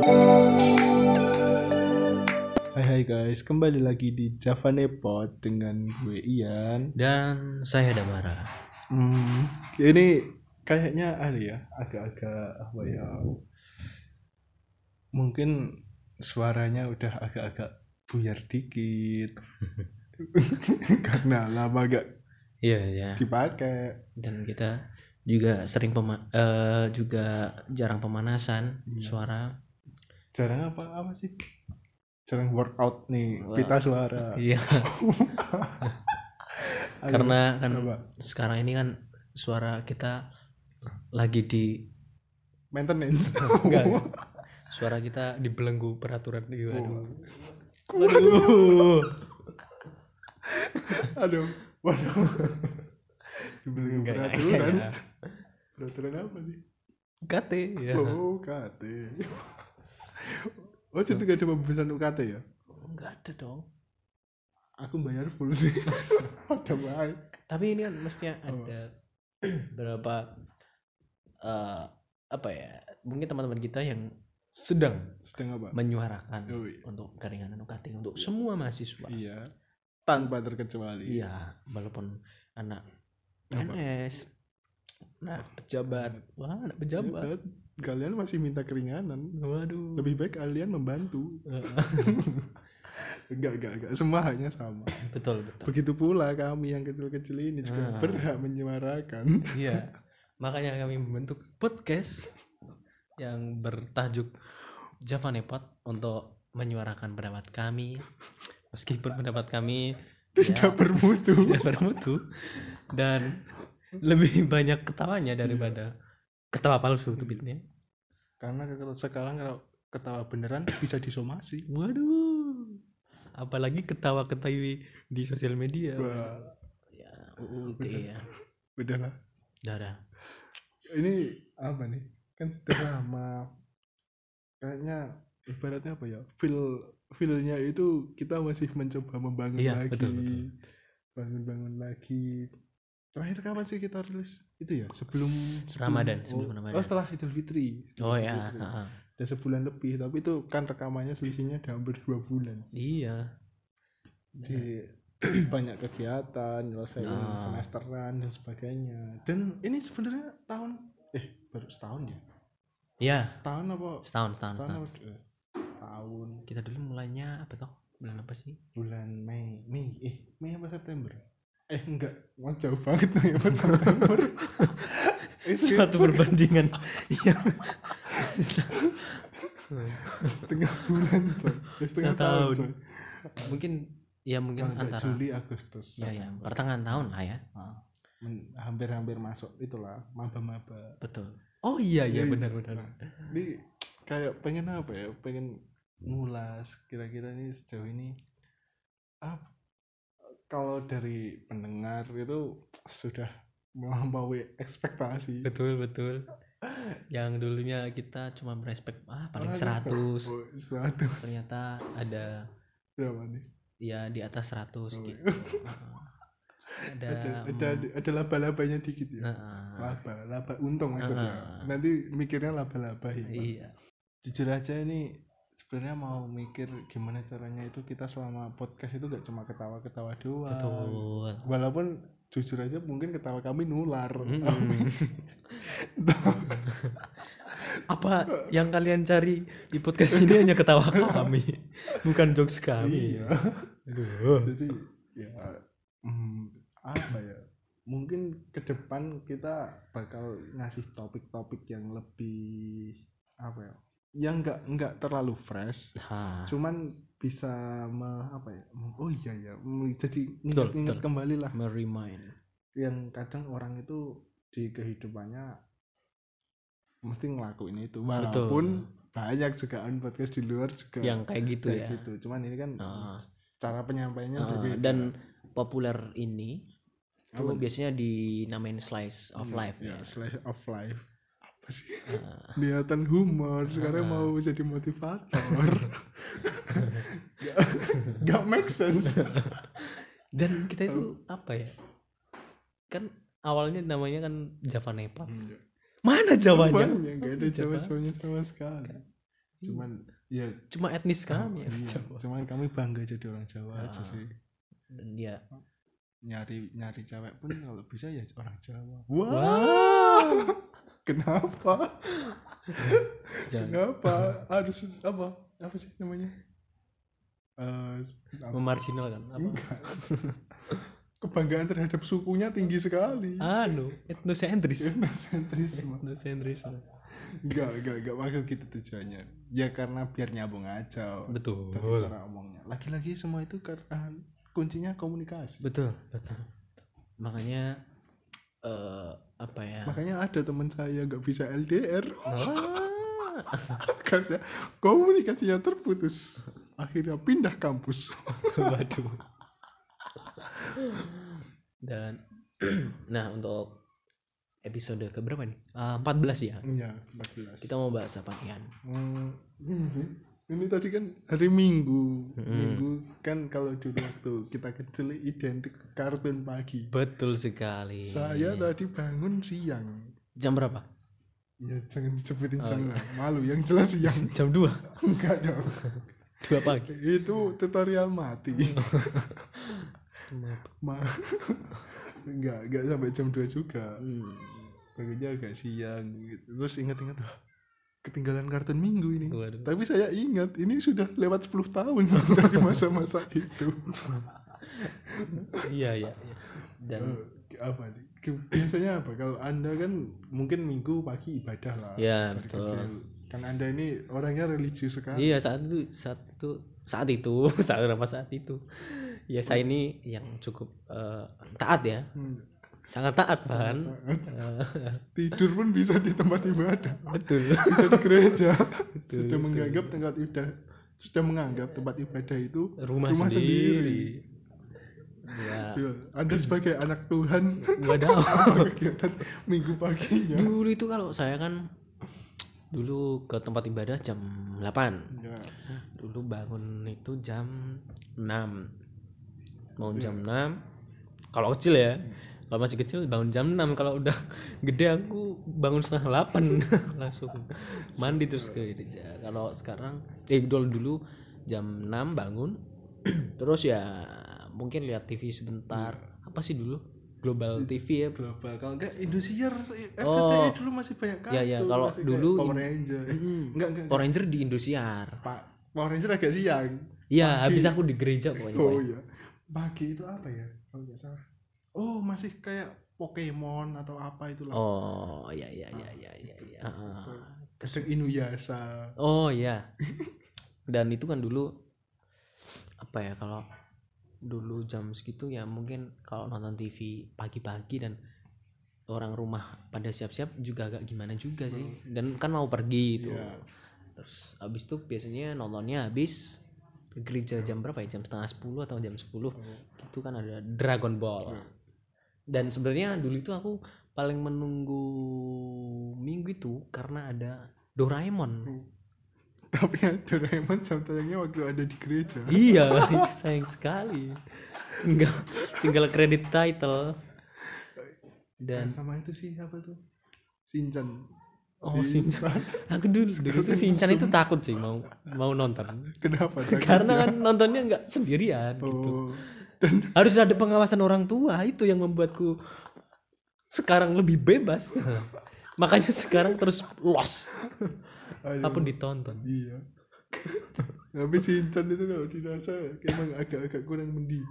Hai guys, kembali lagi di Java Nepot dengan gue Ian. Dan saya Damara. Ini kayaknya agak-agak apa ya? Mungkin suaranya udah agak-agak buyar dikit karena lama gak Iya. dipakai. Dan kita juga sering juga jarang pemanasan suara. Jarang apa sih? Jarang workout nih, pita suara. Iya. Karena kan sekarang ini kan suara kita lagi di maintenance. enggak. Suara kita dibelenggu peraturan di Aduh. Dibelenggu peraturan. Ya. Peraturan apa nih? UKT ya. Oh, UKT. Oh, jadi gak ada pembebasan UKT ya? Enggak ada dong. Aku bayar full sih. Ada baik. Tapi ini kan mestinya ada berapa mungkin teman-teman kita yang sedang apa? menyuarakan untuk keringanan UKT untuk semua mahasiswa. Iya. Tanpa terkecuali. Iya, walaupun anak PNS, anak pejabat. Wah, anak pejabat. Kalian masih minta keringanan. Waduh. Lebih baik kalian membantu. Enggak. Semua hanya sama. Betul. Begitu pula kami yang kecil-kecil ini juga berhak menyuarakan. Iya. Makanya kami membentuk podcast yang bertajuk Java Nepot untuk menyuarakan pendapat kami. Meskipun pendapat kami tidak bermutu dan lebih banyak ketawanya daripada ketawa palsu tubitnya. Karena sekarang kalau ketawa beneran bisa disomasi. Waduh. Apalagi ketawa-ketawi di sosial media. Wah. Ya, ya. Udah. Ini apa nih? Kan drama. Kayaknya ibaratnya apa ya? Feel-nya itu kita masih mencoba membangun lagi. Betul. Bangun lagi. Terakhir kapan sih kita rilis? Itu ya, sebelum Ramadan, sebelum Ramadan. Oh, setelah Idul Fitri. Ya. Udah sebulan lebih, tapi itu kan rekamannya selisihnya udah hampir 2 bulan. Iya. Di banyak kegiatan, nyelesain semesteran dan sebagainya. Dan ini sebenarnya baru setahun ya? Iya. Setahun apa? Setahun. Setahun. Kita dulu mulainya apa toh? Bulan apa sih? Bulan Mei apa September? Enggak, jauh banget Mei apa September. Suatu perbandingan yang setengah bulan coy. Setengah tahun coy. Mungkin antara Juli Agustus. Ya, pertengahan tahun lah ya. Hampir masuk itulah maba-maba. Betul. Oh iya benar. Ini kayak pengen apa ya? Pengen ngulas kira-kira ini sejauh ini kalau dari pendengar itu sudah melampaui ekspektasi. Betul. Yang dulunya kita cuma berespek paling 100. 100. Ternyata ada berapa nih? Ya di atas 100 gitu. Ada laba-labanya dikit ya. Laba untung maksudnya. Nanti mikirnya laba-laba ya. Iya. Jujur aja ini sebenarnya mau mikir gimana caranya itu kita selama podcast itu gak cuma ketawa-ketawa doang. Betul. Walaupun jujur aja mungkin ketawa kami nular. Apa yang kalian cari di podcast ini hanya ketawa kami, bukan jokes kami. Iya. Jadi ya apa ya? Mungkin ke depan kita bakal ngasih topik-topik yang lebih apa ya? Yang enggak terlalu fresh. Cuman bisa jadi ingat kembali lah. Meremind. Yang kadang orang itu di kehidupannya mesti ngelakuin itu. Walaupun banyak juga podcast di luar juga yang kayak gitu ya. Gitu. Cuman ini kan cara penyampaiannya berbeda. Dan populer ini itu biasanya dinamain slice of life ya. Slice of life. Apa sih? Niatan humor sekarang mau jadi motivator. Gak make sense. Dan kita itu apa ya? Kan awalnya namanya kan Java Nepot. Mana Jawanya? Gak ada Jawa-Jawanya sama sekali. Cuman ya Cuma etnis kami ya. iya, Jawa. cuman kami bangga jadi orang Jawa aja Ah. sih. Dan dia Nyari cewek pun kalau bisa ya orang Jawa. wah. Kenapa? Jangan Kenapa harus apa sih namanya? memarginalkan apa? Enggak. Kebanggaan terhadap sukunya tinggi sekali. Etnosentris. Etnosentrisme. Etnosentrisme. Enggak maksud gitu tujuannya. Ya karena biar nyambung aja. Betul. Dari cara omongnya. Lagi-lagi semua itu karena kuncinya komunikasi. Betul. Makanya apa ya? Makanya ada teman saya nggak bisa LDR Ah. karena komunikasinya terputus. Akhirnya pindah kampus. Waduh. Dan nah untuk episode keberapa nih? 14 ya. Iya, 14. Kita mau bahas apa nih? Ini sih. Ini tadi kan hari Minggu. Minggu kan kalau dulu waktu kita kecil identik kartun pagi. Betul sekali. Saya tadi bangun siang. Jam berapa? Ya jangan disebutin jam lah. Malu yang jelas siang. Jam 2. Enggak dong. 2 pagi. Itu tutorial mati. Enggak sampai jam 2 juga. Bangunnya agak siang gitu. Terus ingat-ingat wah, ketinggalan kartun Minggu ini. Waduh. Tapi saya ingat ini sudah lewat 10 tahun dari masa-masa itu. Iya. Dan Apa nih? Biasanya apa? Kalau Anda kan mungkin Minggu pagi ibadah lah. ya dari betul. kecil. Kan Anda ini orangnya religius sekali. Iya saat itu. Ya saya ini yang cukup taat ya. Sangat taat kan. Tidur pun bisa di tempat ibadah. Betul. Bisa di gereja. Betul. Sudah menganggap tempat ibadah itu Rumah sendiri. Ya. Ya, Anda sebagai anak Tuhan Wadaw. apa kegiatan Minggu paginya? Dulu itu kalau saya kan dulu ke tempat ibadah jam 8. Ya. Dulu bangun itu jam 6. Bangun jam 6. Kalau kecil ya. Kalau masih kecil bangun jam 6. Kalau udah gede aku bangun setengah 8. Langsung mandi terus ke gereja. Kalau sekarang dulu jam 6 bangun. Terus ya mungkin lihat TV sebentar. Apa sih dulu? Global TV ya. Global. Kalau enggak Indosiar, RCTI Oh. dulu masih banyak kartu. Ya, kalau masih dulu kayak Power Ranger. Enggak. Power Ranger di Indosiar. Pak, Power Ranger agak siang. Iya, Pagi. habis aku di gereja pokoknya. Oh iya. Pagi itu apa ya? Kalau enggak salah. Oh, masih kayak Pokemon atau apa itulah. Oh, iya. Kadang Inuyasha. Oh iya. Dan itu kan dulu apa ya, kalau dulu jam segitu ya mungkin kalau nonton TV pagi-pagi dan orang rumah pada siap-siap juga agak gimana juga sih. Dan kan mau pergi itu. Iya. Terus habis itu biasanya nontonnya habis ke gereja jam berapa ya? Jam setengah 10 atau jam 10. Itu kan ada Dragon Ball. Dan sebenarnya dulu itu aku paling menunggu Minggu itu karena ada Doraemon. Tapi Doraemon jam tayangnya waktu ada di gereja. Iya, sayang sekali. Tinggal kredit title. Dan sama itu sih apa tuh? Shinchan. oh Shinchan. Aku dulu itu Shinchan itu takut sih mau nonton. Kenapa? Karena kan nontonnya nggak sendirian gitu. Dan Harus ada pengawasan orang tua, itu yang membuatku sekarang lebih bebas. Makanya sekarang terus los. Apa ditonton. Iya. Tapi Shinchan itu kalau dirasa emang agak-agak kurang mendidik.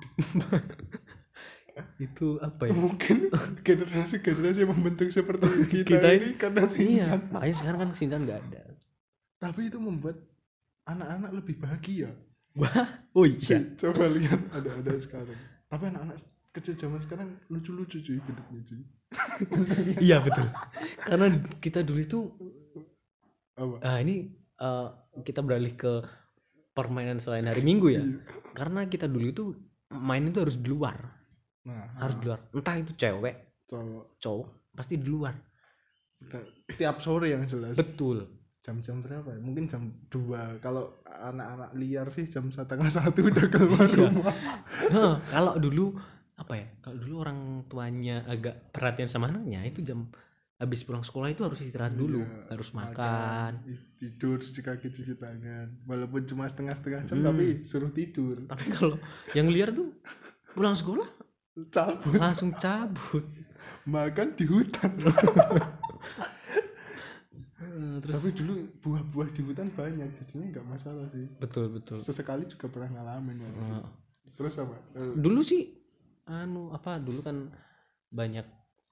Itu apa ya? Mungkin generasi yang membentuk seperti kita ini karena Iya, Shinchan. makanya sekarang kan Shinchan nggak ada. Tapi itu membuat anak-anak lebih bahagia. Wah, oh iya. Coba lihat ada sekarang. Tapi anak-anak kecil zaman sekarang lucu-lucu cuy bentuknya cuy. Iya betul. Karena kita dulu itu Apa? ini kita beralih ke permainan selain hari Minggu ya. Karena kita dulu itu main itu harus di luar. Harus di luar. Entah itu cewek, cowok, pasti di luar. Tiap sore yang jelas. Betul. Jam-jam berapa ya? Mungkin jam 2. Kalau anak-anak liar sih jam 1:30 udah keluar rumah. Kalau dulu apa ya? Kalau dulu orang tuanya agak perhatian sama anaknya itu jam habis pulang sekolah itu harus istirahat dulu, Iya, harus makan. tidur, cuci kaki, cuci tangan. Walaupun cuma setengah jam, Hmm. tapi suruh tidur. Tapi kalau yang liar tuh pulang sekolah Cabut, langsung cabut. makan di hutan. Terus Tapi dulu buah-buah di hutan banyak, jadinya nggak masalah sih. betul. Sesekali juga pernah ngalamin. Ya. Terus apa? Dulu sih dulu kan banyak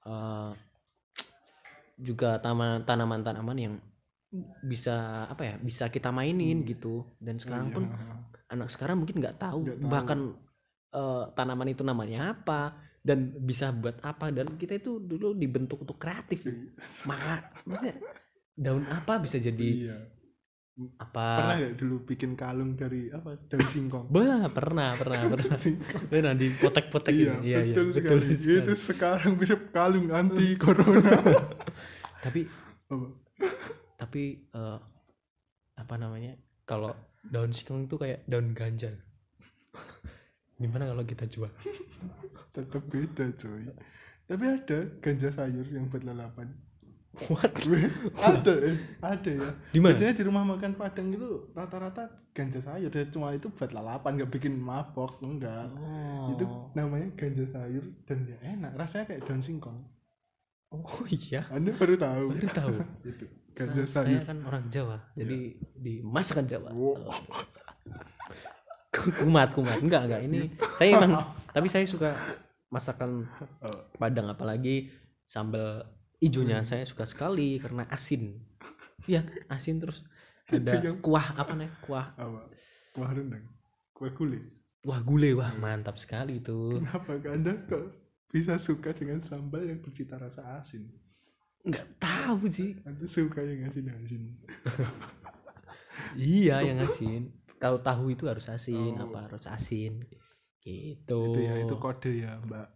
juga tanaman-tanaman yang bisa bisa kita mainin gitu. Dan sekarang pun anak sekarang mungkin nggak tahu bahkan tanaman itu namanya apa dan bisa buat apa, dan kita itu dulu dibentuk untuk kreatif. Maksudnya daun apa bisa jadi Iya. apa? Pernah nggak dulu bikin kalung dari apa? Daun singkong. Pernah dipotek-potek. Iya, betul sekali. Itu sekarang bisa kalung anti corona. tapi apa namanya, kalau daun singkong itu kayak daun ganja. Gimana kalau kita jual? Tetap beda coy. Tapi ada ganja sayur yang buat lalapan. What? ada ya. Di mana? Biasanya di rumah makan Padang itu rata-rata ganja sayur, dan cuma itu buat lalapan, nggak bikin mabok, enggak. Itu namanya ganja sayur dan ya enak, rasanya kayak daun singkong. Oh iya. Anda baru tahu? Itu ganja sayur. Saya kan orang Jawa, jadi di masakan Jawa. Wow. kumat enggak ini saya emang tapi saya suka masakan Padang, apalagi sambal ijonya saya suka sekali karena asin. Iya, asin, terus ada kuah kuah rendang, kuah gulai. Wah, gulai, mantap sekali itu. Kenapa Anda kok bisa suka dengan sambal yang bercita rasa asin? Nggak tahu sih. Anda suka yang asin-asin. Iya, yang asin. Kalau tahu itu harus asin, harus asin gitu. Itu kode ya, Mbak.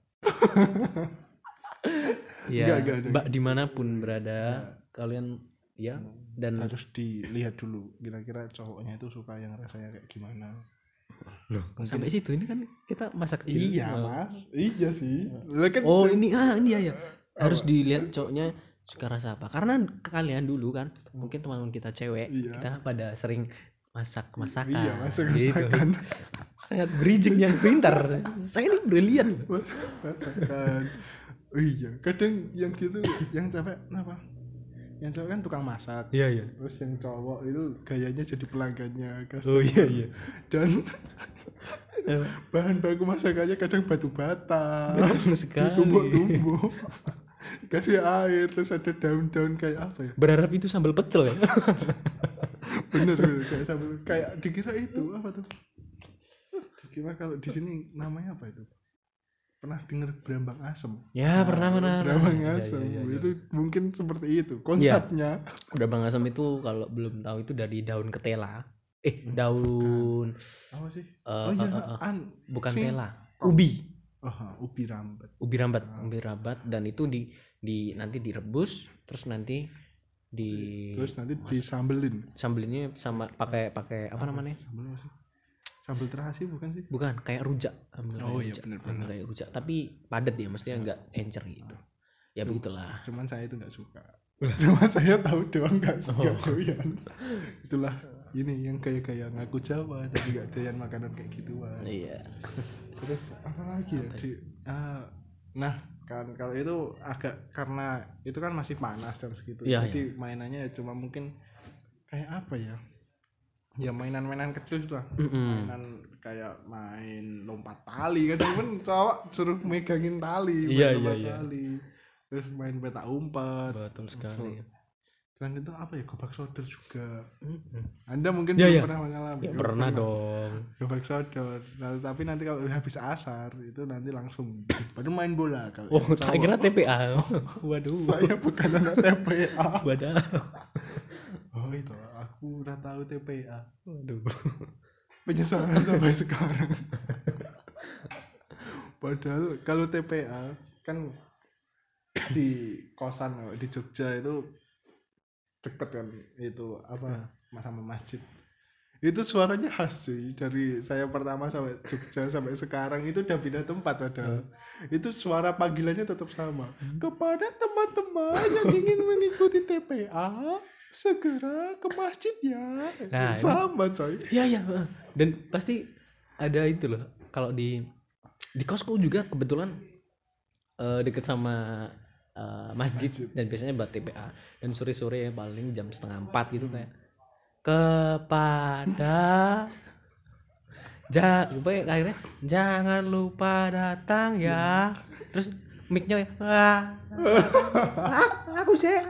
Ya, Mbak dimanapun berada, kalian ya, dan harus dilihat dulu kira-kira cowoknya itu suka yang rasanya kayak gimana. Loh, sampai situ ini kan kita masa kecil. Iya, Mas. Iya sih. Ini ya. Harus dilihat cowoknya suka rasa apa. Karena kalian dulu kan, mungkin teman-teman kita cewek, kita pada sering masak-masakan. Iya, masak-masakan. Gitu. Sangat bridging yang pintar. Saya ini brilian. Masakan. Oh iya, kadang yang gitu, yang cewek apa? Yang cewek kan tukang masak. Iya. Terus yang cowok itu gayanya jadi pelanggannya. Oh iya. Dan bahan baku masakannya kadang batu bata. Betul sekali. Ditumbuk-tumbuk. Kasih air, terus ada daun-daun kayak apa ya? Berharap itu sambal pecel ya. Bener kayak sambal, kayak dikira itu apa tuh? Dikira kalau di sini namanya apa itu? Pernah dengar berambang asem? Ya, pernah. Berambang asem. Ya. Itu mungkin seperti itu konsepnya. Ya. Berambang asem itu kalau belum tahu itu dari daun ketela. Daun apa sih? bukan tela. Ubi. Ubi rambat. Ubi rambat, dan itu di nanti direbus, terus nanti disambelin. Sambelinnya sama pakai apa namanya? Sambel apa sih? Sambal terasi bukan sih? Bukan, kayak rujak. Iya benar. Kayak rujak, tapi padat ya, mestinya enggak encer gitu. Ya begitulah. Cuman saya itu enggak suka. Cuma saya tahu doang enggak suka doyan. Itulah ini yang kayak ngaku Jawa tapi enggak doyan makanan kayak gituan. Iya. Terus apa lagi ya? Nah, kan kalau itu agak, karena itu kan masih panas jam segitu. Jadi mainannya cuma mungkin kayak apa ya? Ya mainan-mainan kecil itu lah. Mainan kayak main lompat tali, kadang pun cowok suruh megangin tali, tali. Terus main petak umpet. Betul sekali. Dan itu apa ya, gobak sodor juga. Anda mungkin pernah mengalami. Ya, pernah dong. Gobak sodor. Tapi nanti kalau habis asar itu nanti langsung baru main bola kalau. Tak kira TPA. Waduh. Saya bukan anak TPA. Waduh. Oh itu, aku udah tahu TPA. Waduh. Penyesalan sampai sekarang. Padahal kalau TPA kan di kosan di Jogja itu deket kan, itu apa sama masjid. Itu suaranya khas cuy, dari saya pertama sampai Jogja sampai sekarang itu udah pindah tempat padahal. Itu suara panggilannya tetap sama. Kepada teman-teman yang ingin mengikuti TPA, segera ke masjid ya. Nah, Sama coy. iya dan pasti ada itu loh kalau di kosku juga kebetulan deket sama masjid dan biasanya buat TPA dan sore-sore paling jam 3:30 gitu kayak kepada akhirnya jangan lupa datang ya, terus mic-nya aku sih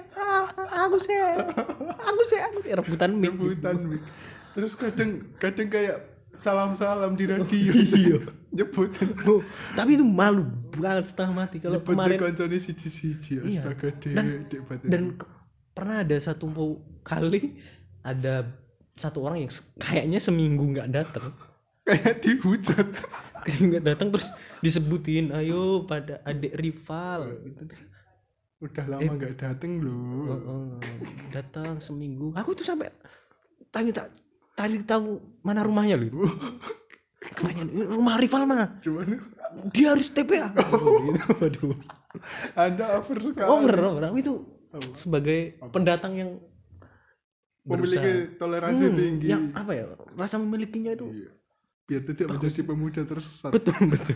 rebutan mic. Terus kadang kayak salam-salam di radio. Nyebutin. Tapi itu malu banget setengah mati kalau kemarin koncone siji-siji. Astaga dek batin. Dan pernah ada satu kali ada satu orang yang kayaknya seminggu nggak datang, kayak dihujat, nggak datang terus disebutin ayo pada adik rival gitu. Udah lama nggak datang loh. Datang seminggu, aku tuh sampai tadi tahu mana rumahnya loh. Rumah rival mana? Cuman dia harus TPA. Waduh. Anda over sekali. Over itu sebagai pendatang yang memiliki toleransi tinggi. Yang apa ya? Rasa memilikinya itu. Iya. Biar tidak menjadi pemuda tersesat. Betul.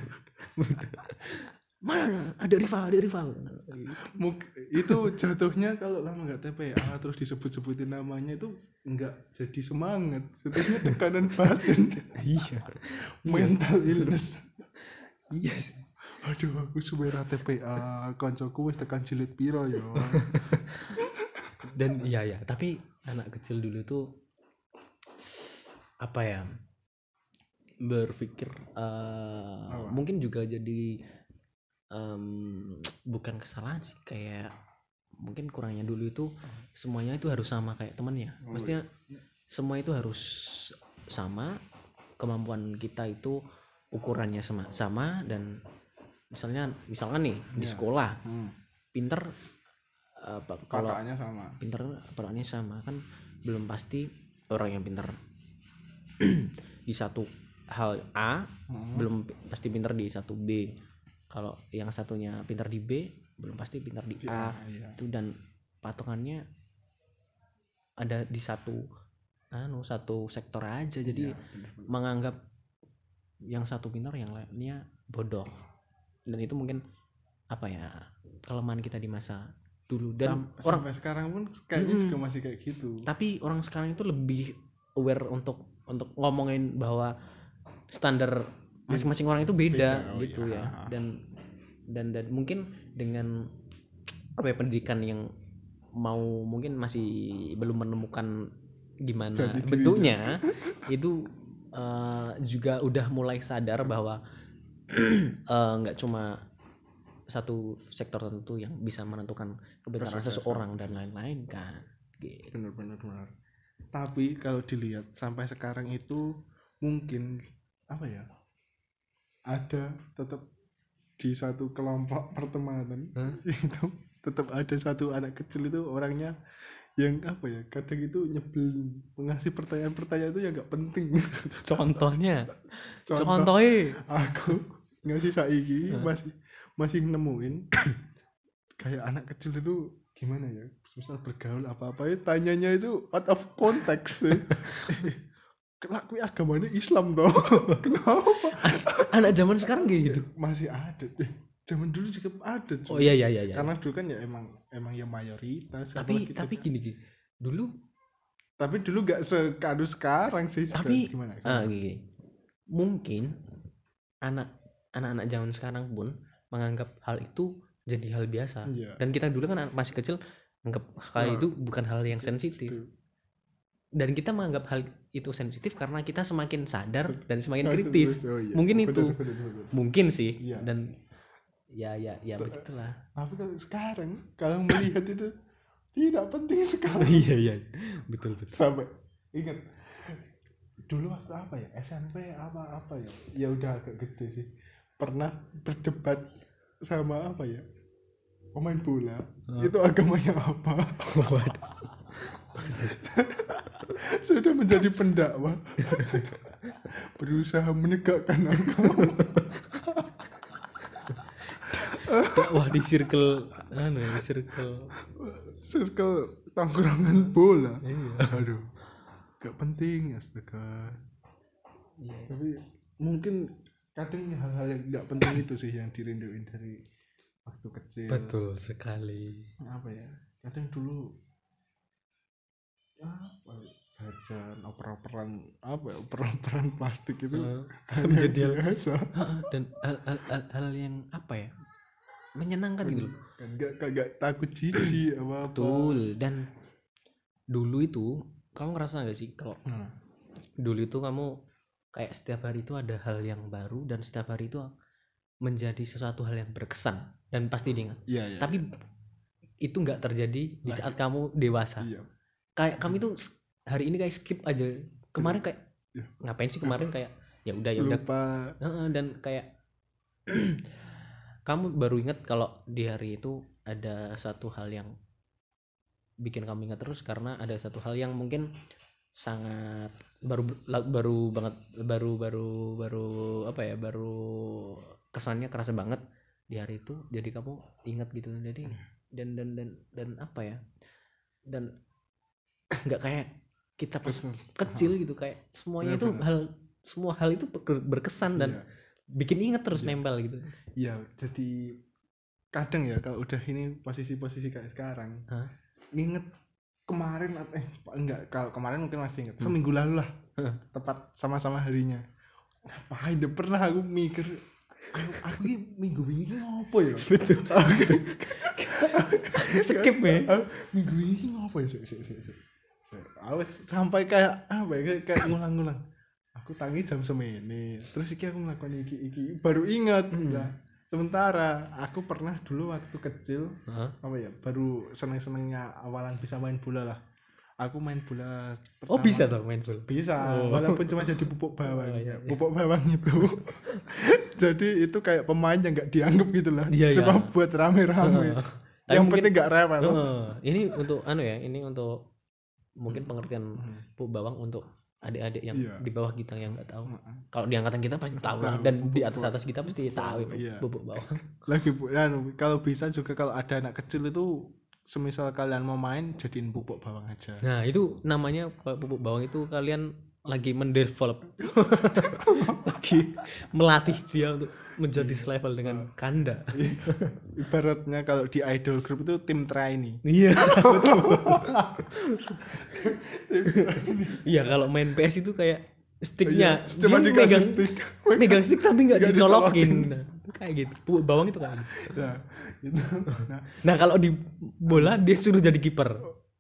Mana ada rival. Itu jatuhnya kalau lama nggak TPA terus disebut-sebutin namanya itu nggak jadi semangat, sebetulnya tekanan batin. Iya. Mental illness. Iya sih. Aduh, aku suwera TPA, koncoku wis tekan jilid piro ya. Dan iya, tapi anak kecil dulu tuh apa ya? Berpikir mungkin juga jadi bukan kesalahan sih, kayak mungkin kurangnya dulu itu semuanya itu harus sama kayak temennya. Maksudnya semua itu harus sama, kemampuan kita itu ukurannya sama dan misalkan nih di sekolah pinter kalau kakaknya sama, pinter perannya sama kan belum pasti orang yang pinter di satu hal A belum pasti pinter di satu B. Kalau yang satunya pinter di B belum pasti pinter di A. Iya. Itu dan patokannya ada di satu sektor aja. Jadi menganggap yang satu pintar yang lainnya bodoh. Dan itu mungkin apa ya, kelemahan kita di masa dulu dan sampai sekarang pun kayaknya juga masih kayak gitu. Tapi orang sekarang itu lebih aware untuk ngomongin bahwa standar masing-masing orang itu beda gitu ya. Dan mungkin dengan apa ya, pendidikan yang mungkin masih belum menemukan gimana jadi bentuknya itu juga udah mulai sadar bahwa nggak cuma satu sektor tertentu yang bisa menentukan kebenaran seseorang dan lain-lain kan gitu. Benar. Tapi kalau dilihat sampai sekarang itu mungkin apa ya, ada tetap di satu kelompok pertemanan itu tetap ada satu anak kecil itu orangnya yang apa ya, kadang itu nyebelin, mengasih pertanyaan-pertanyaan itu yang nggak penting. Contohnya aku ngasih saiki masih nemuin kayak anak kecil itu gimana ya, misal bergaul apa-apa ya tanyanya itu out of context. Kelaku agamanya Islam toh. Kenapa? Anak zaman sekarang kayak gitu. Masih ada. Zaman dulu juga ada. Oh iya. Karena dulu kan ya emang ya mayoritas. Tapi gini. Dulu gak sekadu sekarang sih. Tapi gimana? Gini. Mungkin anak-anak zaman sekarang pun menganggap hal itu jadi hal biasa. Iya. Dan kita dulu kan masih kecil menganggap hal itu bukan hal yang sensitif. Dan kita menganggap hal itu sensitif karena kita semakin sadar dan semakin kritis. Iya. Mungkin itu. Betul. Mungkin sih. Iya. Dan ya begitulah. Tapi kalau sekarang kalau melihat itu tidak penting sekali. Iya. Betul. Sampai ingat dulu waktu apa ya? SMP apa ya? Ya udah agak gede sih. Pernah berdebat sama apa ya? Pemain bola. Itu agamanya apa? sudah menjadi pendakwah berusaha menegakkan agama. Dakwah di circle di circle tongkrongan bola. Iya. Aduh, gak penting, astaga. Iya. Tapi mungkin kadang hal-hal yang gak penting itu sih yang dirinduin dari waktu kecil. Betul sekali. Apa ya, kadang dulu apa jajan oper-operan plastik itu menjadi biasa dan hal yang apa ya, menyenangkan gitu loh. kan, gak takut jijik apa. Betul. Dan dulu itu kamu ngerasa nggak sih kalau dulu itu kamu kayak setiap hari itu ada hal yang baru dan setiap hari itu menjadi sesuatu hal yang berkesan dan pasti diingat. Iya. Tapi itu nggak terjadi di saat kamu dewasa. Iya. Kayak kami tuh hari ini kayak skip aja. Kemarin kayak Iya. ngapain sih kemarin, kayak ya udah lupa. Dan kayak kamu baru ingat kalau di hari itu ada satu hal yang bikin kamu ingat terus karena ada satu hal yang mungkin sangat baru banget, baru apa ya, baru kesannya kerasa banget di hari itu, jadi kamu ingat gitu. Jadi dan apa ya, dan nggak kayak kita pas kecil gitu, kayak semuanya itu semua hal itu berkesan dan bikin ingat terus, nempel gitu. Iya, jadi kadang ya kalau udah ini posisi-posisi kayak sekarang, nginget kemarin enggak, kalau kemarin mungkin masih inget, seminggu lalu lah, tepat sama-sama harinya. Ngapain deh, pernah aku mikir aku ini minggu ini apa ya? Betul. Skip ya. Minggu ini apa ya? Aku sampai kayak apa ya? Kayak ngulang-ngulang. Aku tangi jam semene. Terus iki aku ngelakuin iki baru ingat. Nah, sementara aku pernah dulu waktu kecil apa ya? Baru seneng-senengnya awalan bisa main bola lah. Aku main bola pertama. Oh, bisa tuh main bola. Bisa, walaupun cuma jadi pupuk bawang. Pupuk bawang itu. Jadi itu kayak pemain yang enggak dianggap gitu lah. Cuma buat rame-rame. Yang penting enggak rewel. Ini untuk ini untuk mungkin pengertian pupuk bawang untuk adik-adik yang di bawah kita yang enggak tahu. Kalau di angkatan kita pasti tahu lah, dan di atas kita pasti tahu pupuk bawang. Lagi kalau bisa juga kalau ada anak kecil itu, semisal kalian mau main jadiin pupuk bawang aja. Nah, itu namanya pupuk bawang itu kalian lagi mendevelop lagi melatih dia untuk menjadi selevel dengan Kanda. Ibaratnya kalau di idol group itu tim trainee. Iya. Iya, kalau main PS itu kayak sticknya cuma dikasih stick, megang stick tapi nggak dicolokin. Nah, kayak gitu. Pupuk bawang itu kan. Nah, itu. Nah, kalau di bola dia suruh jadi kiper.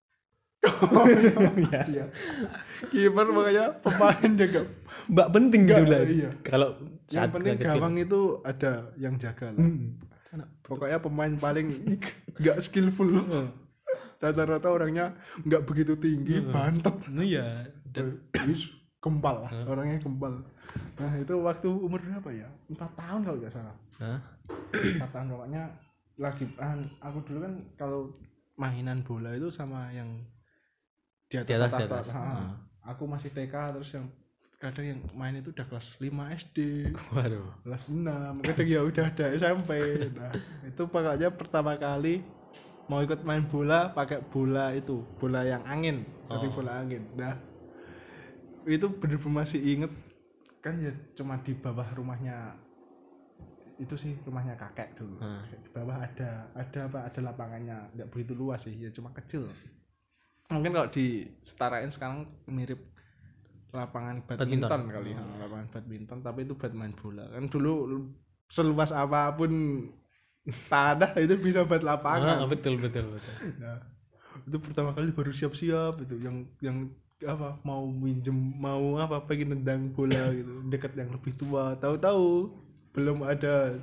Iya. Kiper makanya pemain jaga. Mbak penting gitu lah. Iya. Kalau yang penting gawang itu ada yang jaga lah. Pokoknya pemain paling nggak skillful. Rata-rata orangnya nggak begitu tinggi, bantet. Iya. Dan gempal lah, orangnya gempal. Nah itu waktu umur berapa ya? 4 tahun kalau nggak salah. 4 tahun pokoknya lagi. Aku dulu kan kalau mainan bola itu sama yang di atas. Aku masih TK, terus yang kadang yang main itu udah kelas 5 SD. Waduh. Kelas 6, kadang ya udah ada SMP. Nah itu pokoknya pertama kali mau ikut main bola pakai bola itu, bola yang angin, jadi bola angin. Nah itu bener-bener masih inget kan, ya cuma di bawah rumahnya itu sih, rumahnya kakek dulu. Di bawah ada lapangannya, nggak begitu luas sih, ya cuma kecil. Mungkin kalau disetarain sekarang mirip lapangan badminton kali. Lapangan badminton, tapi itu buat main bola. Kan dulu seluas apapun tanah itu bisa buat lapangan. Betul. Nah, itu pertama kali baru siap-siap itu yang apa, mau minjem, mau apa, pengen nendang bola gitu dekat yang lebih tua. Tahu-tahu belum ada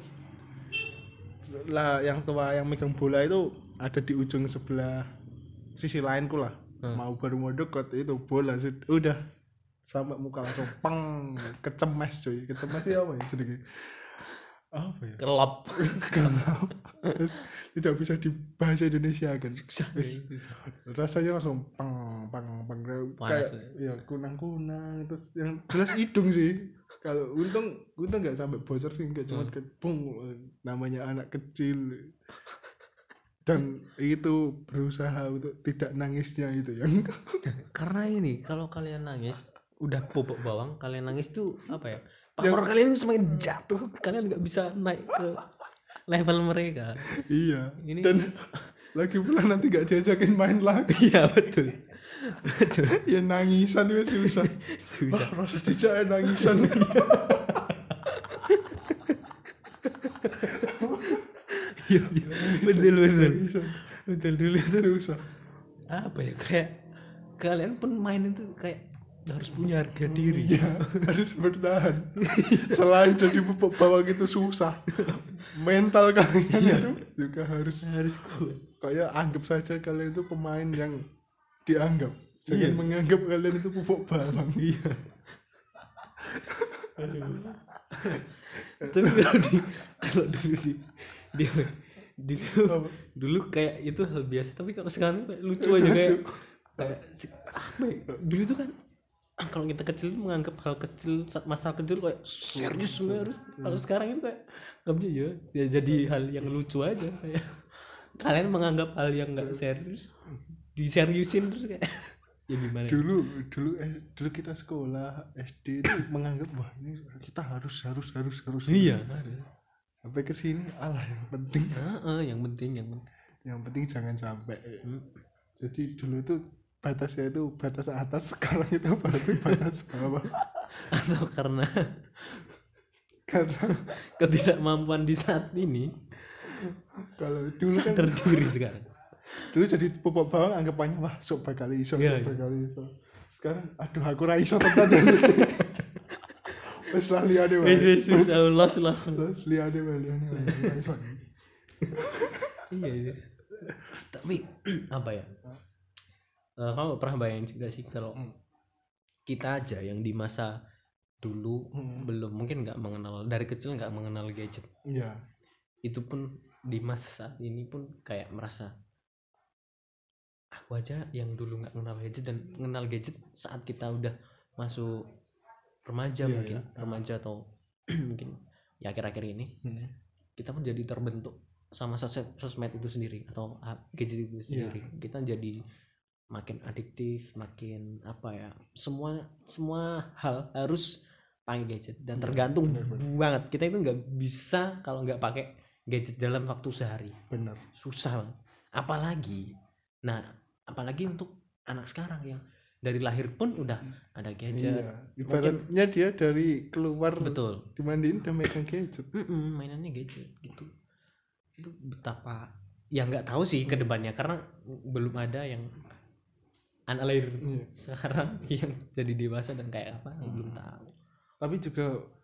lah, yang tua yang megang bola itu ada di ujung sebelah sisi lainku lah. Baru mau deket itu bola udah sampai muka langsung peng, kecemes cuy. Kecemes sih apa ya sedikit. apa ya? Kelop. Kalau tidak bisa dibahasa Indonesia kan. Wis, rasanya langsung pang Panas, kayak ya kunang-kunang terus yang jelas hidung sih. Kalau untung nggak sampai bocor sih, nggak cuma kepung namanya anak kecil. Dan itu berusaha untuk tidak nangisnya itu yang Karena ini kalau kalian nangis udah bobok bawang, kalian nangis tuh apa ya? Power kalian semakin jatuh, kalian nggak bisa naik ke level mereka. iya. Ini Dan lagi pula nanti nggak diajakin main lagi. iya betul. Betul. Ya nangisan itu susah. Susah. Wah, rasa dijak nangisan. Iya, iya. Betul. Nangisan. Betul dulu itu Susah. apa ya? Kayak kalian pun main itu kayak harus punya harga diri. Iya, harus bertahan. Selain jadi pupuk bawang itu susah, mental kalian itu juga harus kuat. kayak anggap saja kalian itu pemain yang dianggap. Jangan Iya. menganggap kalian itu pupuk bawang. Iya. Tapi kalau dulu kayak itu hal biasa, tapi kalau sekarang kayak lucu aja kayak apa ya? Dulu itu kan kalau kita kecil itu menganggap hal kecil, masalah kecil kayak serius semua harus. Kalau sekarang itu kayak nggak ya jadi hal yang lucu aja, kayak kalian menganggap hal yang nggak serius diseriusin terus kayak ya gimana ya? Dulu kita sekolah SD itu menganggap wah ini kita harus Iya harus. sampai ke sini alah yang penting yang penting jangan sampai. Jadi dulu itu batasnya itu batas atas, sekarang itu batas bawah. atau karena Karena ketidakmampuan di saat ini kalau dulu kan sadar diri sekarang. dulu jadi pupuk bawang anggapannya wah sok bakal iso. Iya. Sekarang aduh aku ra iso tenan. Wes lah liane wae. Wis los. Terus liane wae. Iya. Tapi apa ya? Kamu pernah bayangin juga sih kalau kita aja yang di masa dulu belum mungkin nggak mengenal, dari kecil nggak mengenal gadget. Iya. Itu pun di masa saat ini pun kayak merasa aku aja yang dulu nggak mengenal gadget dan mengenal gadget saat kita udah masuk remaja. Iya, mungkin iya. remaja atau mungkin ya akhir-akhir ini kita pun jadi terbentuk sama sosmed itu sendiri atau gadget itu sendiri. Kita jadi makin adiktif, makin apa ya, semua hal harus pakai gadget dan tergantung banget. Kita itu nggak bisa kalau nggak pakai gadget dalam waktu sehari. Benar. Susah banget. Apalagi untuk anak sekarang yang dari lahir pun udah ada gadget. Iya. Ibaratnya dia dari keluar Betul. dimandiin udah megang gadget. Mainannya gadget gitu. Itu betapa ya nggak tahu sih ke depannya karena belum ada yang anak lahir sekarang yang jadi dewasa dan kayak apa belum tahu. Tapi juga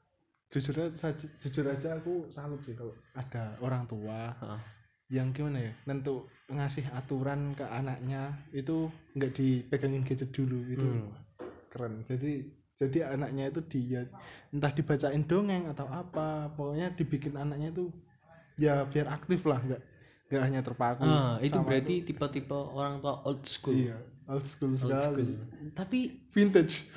jujur aja aku salut sih kalau ada orang tua yang gimana ya, nentu ngasih aturan ke anaknya itu nggak dipegangin gadget dulu itu keren. Jadi anaknya itu dia entah dibacain dongeng atau apa, pokoknya dibikin anaknya itu ya biar aktif lah, nggak hanya terpaku. Itu berarti tipe-tipe orang tua old school. Iya, old school sekali. Tapi Vintage.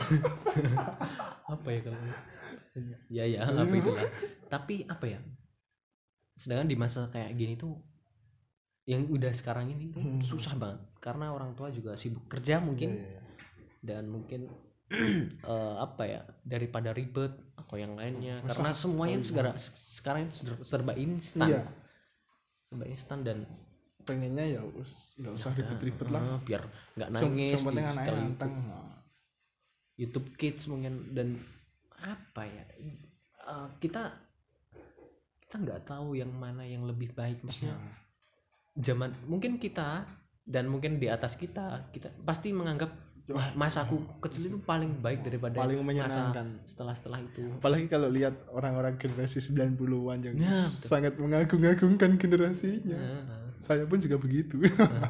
Apa ya kalau ya apa itulah. Tapi apa ya? Sedangkan di masa kayak gini tuh yang udah sekarang ini susah banget karena orang tua juga sibuk kerja mungkin. Dan mungkin apa ya, daripada ribet atau yang lainnya karena semuanya sekarang serba instan. Serba instan dan pengennya ya nggak usah ribet-ribet lah, biar nggak nangis di setel YouTube Kids mungkin. Dan apa ya, kita nggak tahu yang mana yang lebih baik, maksudnya zaman mungkin kita dan mungkin di atas kita pasti menganggap wah masaku kecil itu paling baik daripada paling menyenangkan setelah itu. Apalagi kalau lihat orang-orang generasi 90-an yang sangat mengagung-agungkan generasinya. Saya pun juga begitu.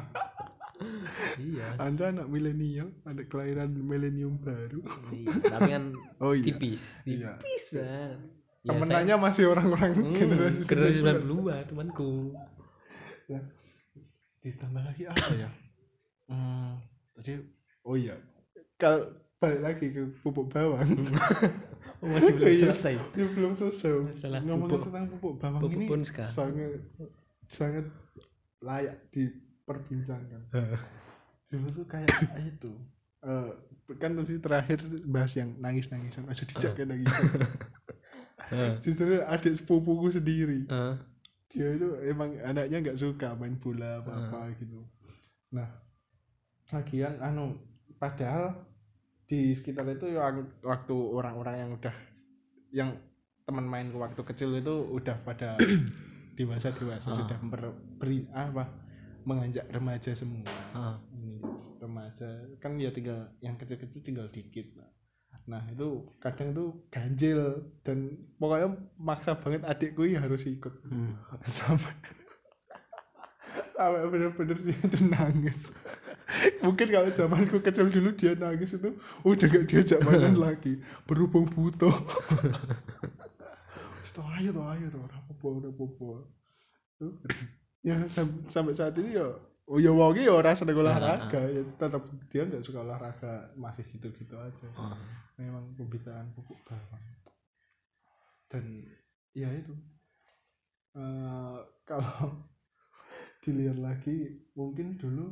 Iya. Anda anak milenial, anak kelahiran milenium baru. Iya, tapi kan tipis Iya. banget. Ya, temenannya masih orang-orang generasi generasi 90-an. 90-an temanku. Nah, ditambah lagi apa ya? Tadi oh iya, kalau balik lagi ke pupuk bawang. Masih belum Iya, selesai. ya belum selesai. Masalah Ngomongin pupuk. tentang pupuk bawang Pupuk ini pun sekarang. sangat layak diperbincangkan. Dulu tuh kayak itu. Kan tadi terakhir bahas yang nangis-nangisan, aja dijak kayak nangisan. Justru adik sepupuku sendiri. Dia itu emang anaknya nggak suka main bola apa-apa gitu. Nah, lagian padahal di sekitar itu waktu orang-orang yang udah yang teman mainku waktu kecil itu udah pada dewasa sudah menganjak remaja semua. Remaja kan ya tinggal yang kecil-kecil tinggal dikit. Nah itu kadang tuh ganjil dan pokoknya maksa banget adikku ya harus ikut. sampai bener-bener dia itu nangis. Mungkin kalau zamanku kecil dulu dia nangis itu udah gak diajak mainan lagi, berhubung butuh. ayo tuh rapopo. Ya sampai saat ini ya ya wonge ya ora seneng olahraga, ya tetap dia nggak suka olahraga, masih gitu-gitu aja. Memang pembicaraan pupuk bawang. Dan ya itu kalau dilihat lagi mungkin dulu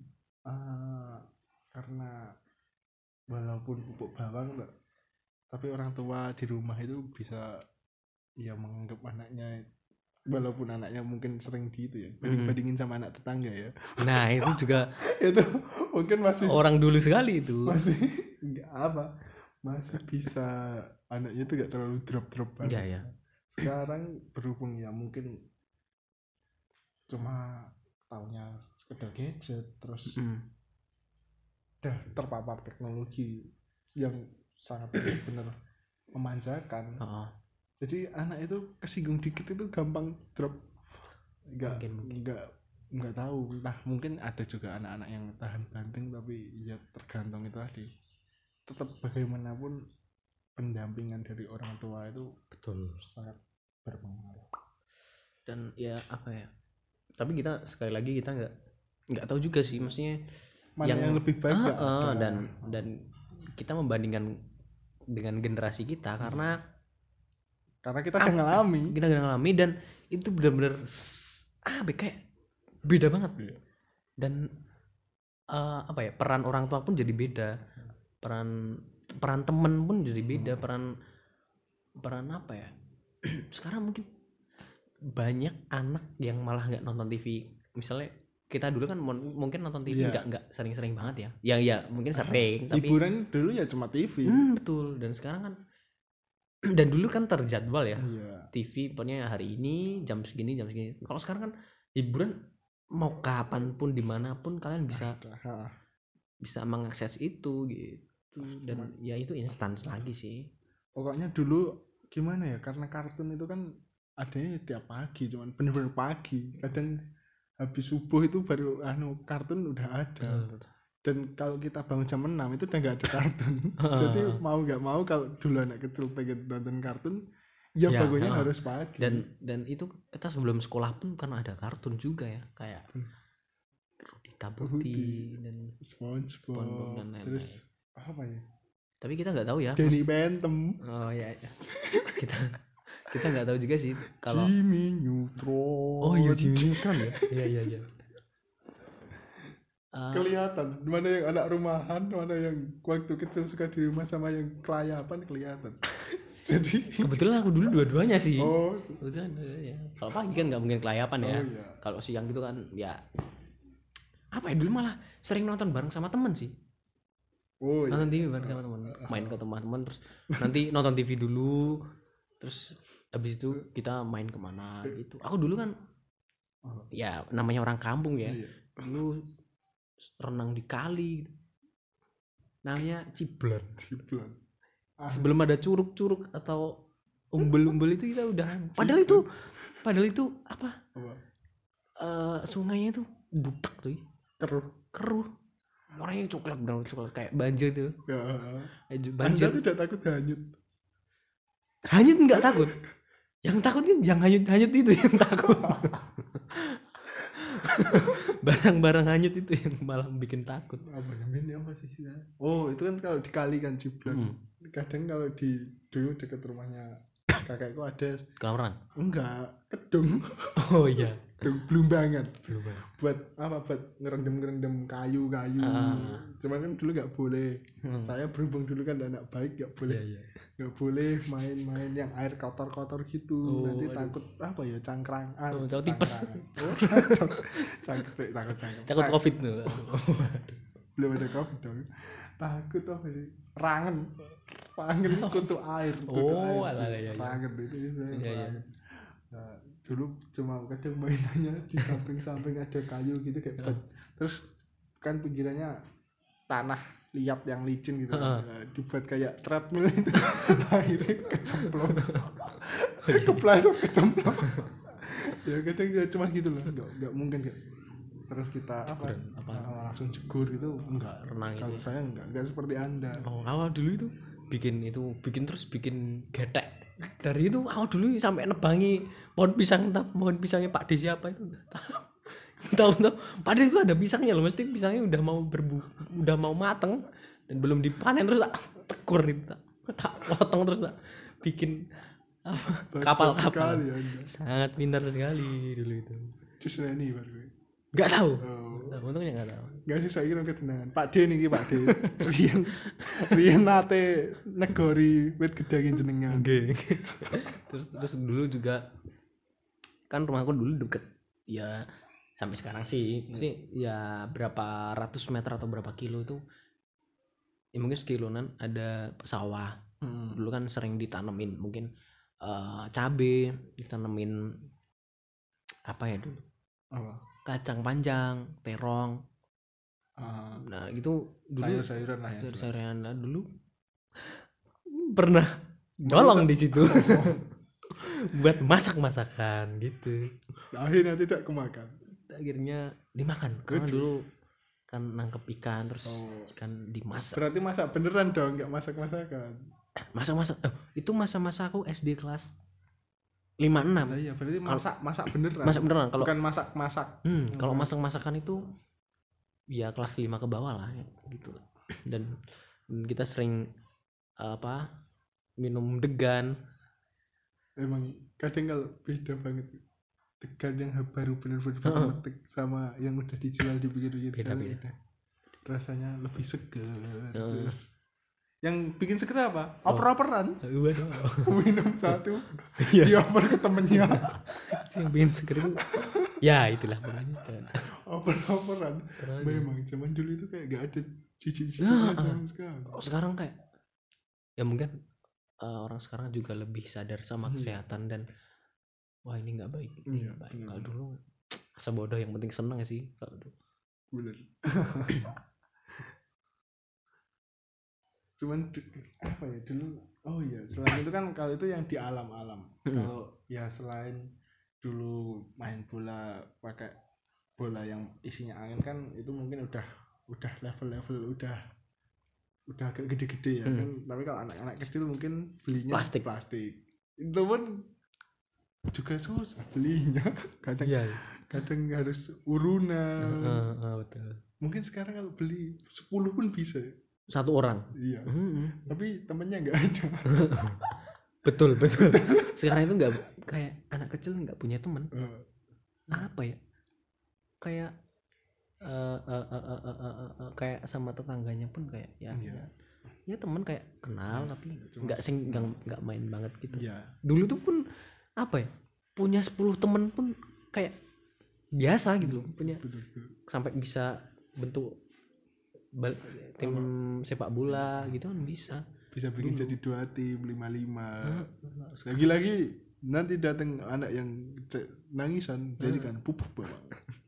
karena walaupun pupuk bawang tapi orang tua di rumah itu bisa ya menganggap anaknya, walaupun anaknya mungkin sering gitu ya bandingin sama anak tetangga ya. Nah itu juga itu mungkin masih orang dulu sekali itu masih masih bisa, anaknya itu gak terlalu drop banget. ya. Sekarang berhubung ya mungkin cuma taunya sekedar gadget, terus udah terpapar teknologi yang sangat benar-benar memanjakan. Jadi anak itu kesinggung dikit itu gampang drop, nggak tahu. Nah mungkin ada juga anak-anak yang tahan banting, tapi ya tergantung itu tadi. Tetap bagaimanapun pendampingan dari orang tua itu betul sangat berpengaruh. Dan ya apa ya, tapi kita sekali lagi kita nggak tahu juga sih, maksudnya mana yang lebih baik dan kita membandingkan dengan generasi kita karena kita udah ngalami dan itu benar-benar kayak beda banget. Dan apa ya, peran orang tua pun jadi beda, peran temen pun jadi beda, peran apa ya. Sekarang mungkin banyak anak yang malah nggak nonton TV. Misalnya kita dulu kan mungkin nonton TV nggak sering-sering banget ya. Ya mungkin sering. Tapi hiburan dulu ya cuma TV. Betul. Dan sekarang kan dan dulu kan terjadwal ya. TV pokoknya hari ini jam segini. Kalau sekarang kan hiburan mau kapanpun dimanapun kalian bisa mengakses itu gitu. Dan ya itu instan lagi sih. Pokoknya dulu gimana ya, karena kartun itu kan adanya tiap pagi, cuman bener-bener pagi. Kadang habis subuh itu baru kartun udah ada. Dan kalau kita bangun jam 6 itu udah gak ada kartun. Jadi mau gak mau kalau dulu anak kecil pengen nonton kartun ya bangunnya harus pagi. Dan itu kita sebelum sekolah pun kan ada kartun juga ya, kayak Rudita Putih dan SpongeBob dan lain-lain. Terus apa ya, tapi kita nggak tahu ya Danny Phantom. kita nggak tahu juga sih kalau Jimmy Neutron. Jimmy Neutron ya. Iya. Kelihatan mana yang anak rumahan, mana yang waktu kecil suka di rumah, sama yang kelayapan kelihatan. Jadi kebetulan aku dulu dua-duanya sih. Kebetulan ya. Kalau pagi kan nggak mungkin kelayapan ya. Kalau siang gitu kan ya apa ya, dulu malah sering nonton bareng sama temen sih. Nonton TV bareng sama temen, main ke teman-teman, terus nanti nonton TV dulu, terus habis itu kita main kemana gitu. Aku dulu kan ya namanya orang kampung ya, dulu renang di kali gitu. Namanya Ciblan. Sebelum ada curug-curug atau umbel-umbel itu kita udah padahal itu apa? Sungainya itu butek tuh, keruh. Orangnya coklat kayak banjir tuh. Anda tidak takut hanyut? Hanyut nggak takut. Yang takut yang hanyut itu yang takut. Barang-barang hanyut itu yang malah bikin takut. Apa namanya apa sih? Oh, itu kan kalau dikali kan Ciblon. Kadang kalau di dulu dekat rumahnya kakekku ada Kolam renang. enggak kedung. Oh iya. Kedung belumbangan. Belum. Buat apa? Buat ngerendam kayu-kayu. Cuman kan dulu nggak boleh. Saya berhubung dulu kan anak baik nggak boleh. Iya. Nggak boleh main-main yang air kotor-kotor gitu. Nanti takut apa ya cangkrang. Takut tipes. Takut COVID tuh. Belum ada COVID dong. Takut apa sih? Rangen kutu air. Oh, alah. Rangen itu istilahnya. Iya. Nah, dulu cuma kadang mainannya di samping-samping ada kayu gitu kayak terus kan pinggirannya tanah liat yang licin gitu nah, dibuat kayak treadmill itu akhirnya kecemplung kepleset kecemplung ya kadang ya cuma gitu loh nggak mungkin kayak terus kita langsung jegur gitu enggak renang kalau itu. saya enggak seperti anda. Awal dulu itu bikin getek dari itu awal dulu sampai nebangi pohon pisangnya Pak D siapa itu tahu Pak D itu ada pisangnya loh, mesti pisangnya udah mau mateng dan belum dipanen terus tak tekur itu tak potong terus tak bikin kapal ya, sangat pintar sekali dulu itu. Terus ini baru nggak tahu. Untungnya nggak tahu. Nggak sih saya kira ketenangan. Pak D nih Pak D. Rian nate negori wit gedangin jenengan. Okay. terus dulu juga kan rumahku dulu deket ya sampai sekarang sih mesti ya berapa ratus meter atau berapa kilo itu ya mungkin sekilonan ada sawah. Dulu kan sering ditanemin mungkin cabe, ditanemin apa ya dulu kacang panjang, terong. Nah itu dulu sayur-sayuran lah ya. Sayur-sayuran dulu pernah nyolong di situ buat masakan gitu. Akhirnya tidak kemakan. Akhirnya dimakan karena dulu kan nangkep ikan terus ikan dimasak. Berarti masak beneran dong, nggak masak-masakan. Masak itu masa-masa aku SD kelas 5-6. Iya, berarti masak beneran. Masak beneran kalau bukan masak-masak. Kalau masak-masakan itu ya kelas 5 ke bawah lah ya, gitu. Dan kita sering minum degan. Emang kadang kalau beda banget degan yang baru bener-bener metik sama yang udah dijual di pinggir-pinggir jalan beda. Rasanya lebih segar. Terus yang bikin seger apa? Oper-operan. Minum satu dioper ke temennya. Yang bikin seger itu ya itulah pokoknya oper-operan. Memang zaman dulu itu kayak gak ada cici-cici sama sekali. Sekarang kayak ya mungkin orang sekarang juga lebih sadar sama kesehatan dan wah ini nggak baik. Kalau dulu asa bodoh yang penting seneng sih kalau dulu. Bener. Cuman apa ya dulu selain itu kan kalau itu yang di alam-alam. Kalau ya selain dulu main bola pakai bola yang isinya angin kan itu mungkin udah level udah agak gede-gede ya kan. Tapi kalau anak-anak kecil mungkin belinya plastik itu pun juga susah belinya. Kadang harus urunan. Betul. Mungkin sekarang kalau beli 10 pun bisa ya. Satu orang. Iya. Tapi temennya nggak ada. Betul. Sekarang itu nggak kayak anak kecil nggak punya teman. Apa ya? Kayak kayak sama tetangganya pun kayak ya teman kayak kenal tapi nggak main banget gitu. Dulu tuh pun apa ya? Punya 10 teman pun kayak biasa gitu loh. Punya sampai bisa bentuk tim sepak bola gitu kan bisa bikin jadi 2 tim 5-5. Lagi-lagi nanti datang anak yang nangisan jadikan pupuk bawang.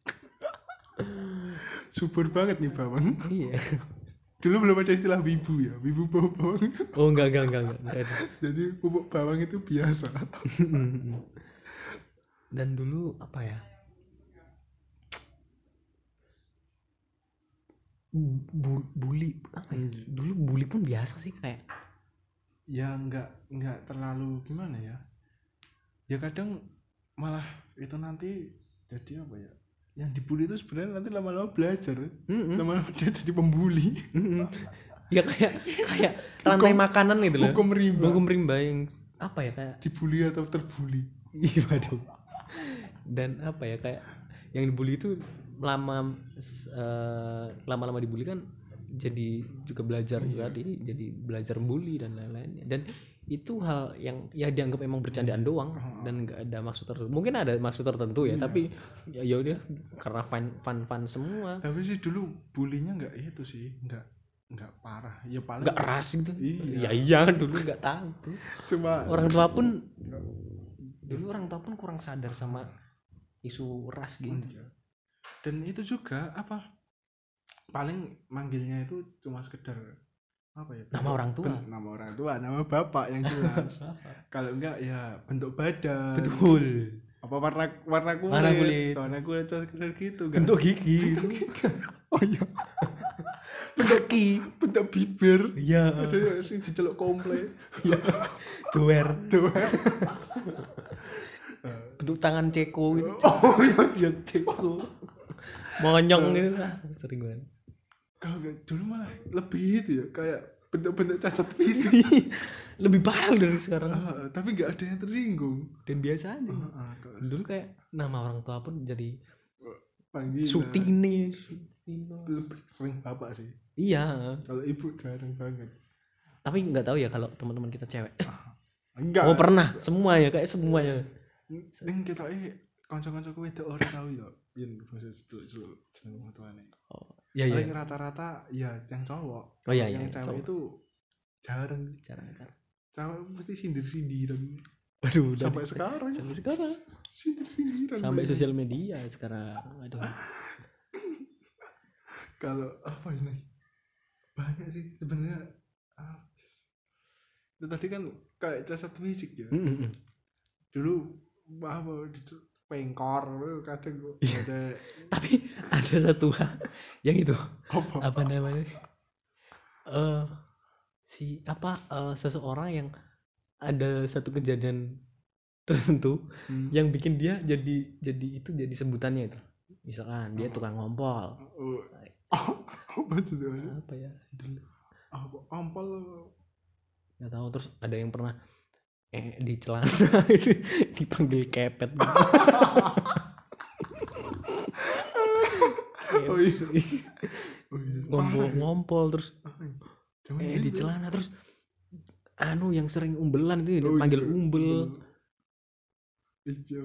Subur banget nih bawang. Iya. Dulu belum ada istilah wibu ya, wibu bawang. Oh enggak. Jadi pupuk bawang itu biasa. Dan dulu apa ya? Bully apa ya? Dulu bully pun biasa sih kayak ya nggak terlalu gimana ya, ya kadang malah itu nanti jadi apa ya, yang dibully itu sebenarnya nanti lama-lama belajar, lama-lama dia jadi pembuli. Ya kayak rantai makanan itu loh. Hukum rimba yang apa ya, kayak dibully atau terbully. iya waduh. Dan apa ya, kayak yang dibully itu lama-lama dibully kan jadi juga belajar tadi, jadi belajar bully dan lain-lainnya. Dan itu hal yang ya dianggap emang bercandaan doang dan nggak ada maksud tertentu. Mungkin ada maksud tertentu ya, tapi ya udah karena fun semua. Tapi sih dulu bulinya nggak itu sih, nggak parah ya, paling nggak keras gitu. Iya Dulu nggak tahu. Cuma orang tua pun kurang sadar sama isu ras gitu. Dan itu juga apa, paling manggilnya itu cuma sekedar apa ya, nama orang tua, nama bapak yang jelas. Kalau enggak ya bentuk badan, betul, apa warna kulit sekedar gitu, bentuk gigi. Oh iya, bentuk bibir. Iya. Ada sing diceluk komple. Iya. Duer. Bentuk tangan ceko gitu. Oh iya, ceko. Monyong gitu lah, sering banget. Kalau dulu malah lebih itu ya, kayak bentuk-bentuk cacat fisik. Lebih parah dari sekarang. Tapi nggak ada yang tersinggung dan biasa aja. Dulu kayak nama orang tua pun jadi panggilan. Sutini. Lebih sering bapak sih. Iya. Kalau ibu jarang banget. Tapi nggak tahu ya kalau teman-teman kita cewek. Enggak. Oh pernah, semuanya kayak semuanya. Ning kita kanca-kanca kowe itu ora tahu ya, yen khusus jeneng tuane. Oh, iya. Paling rata-rata ya yang cowok. Oh iya, yang cewek cowok. Itu jarang. Cewek mesti sindir-sindiran. Waduh, sampai sekarang. Sindir-sindiran. Sampai sosial media sekarang. Aduh. Kalau apa ini? Banyak sih sebenarnya. Itu tadi kan kayak cacat fisik ya. Dulu apa pengkor kadang ada. Tapi ada satu hal yang itu apa namanya, seseorang yang ada satu kejadian tertentu yang bikin dia jadi sebutannya itu, misalkan dia tukang ngompol. Apa ya dulu, ngompol nggak tahu. Terus ada yang pernah di celana itu dipanggil kepet gitu. Oh iya. Ngompol terus di celana, terus yang sering umbelan itu dipanggil umbel. Iya.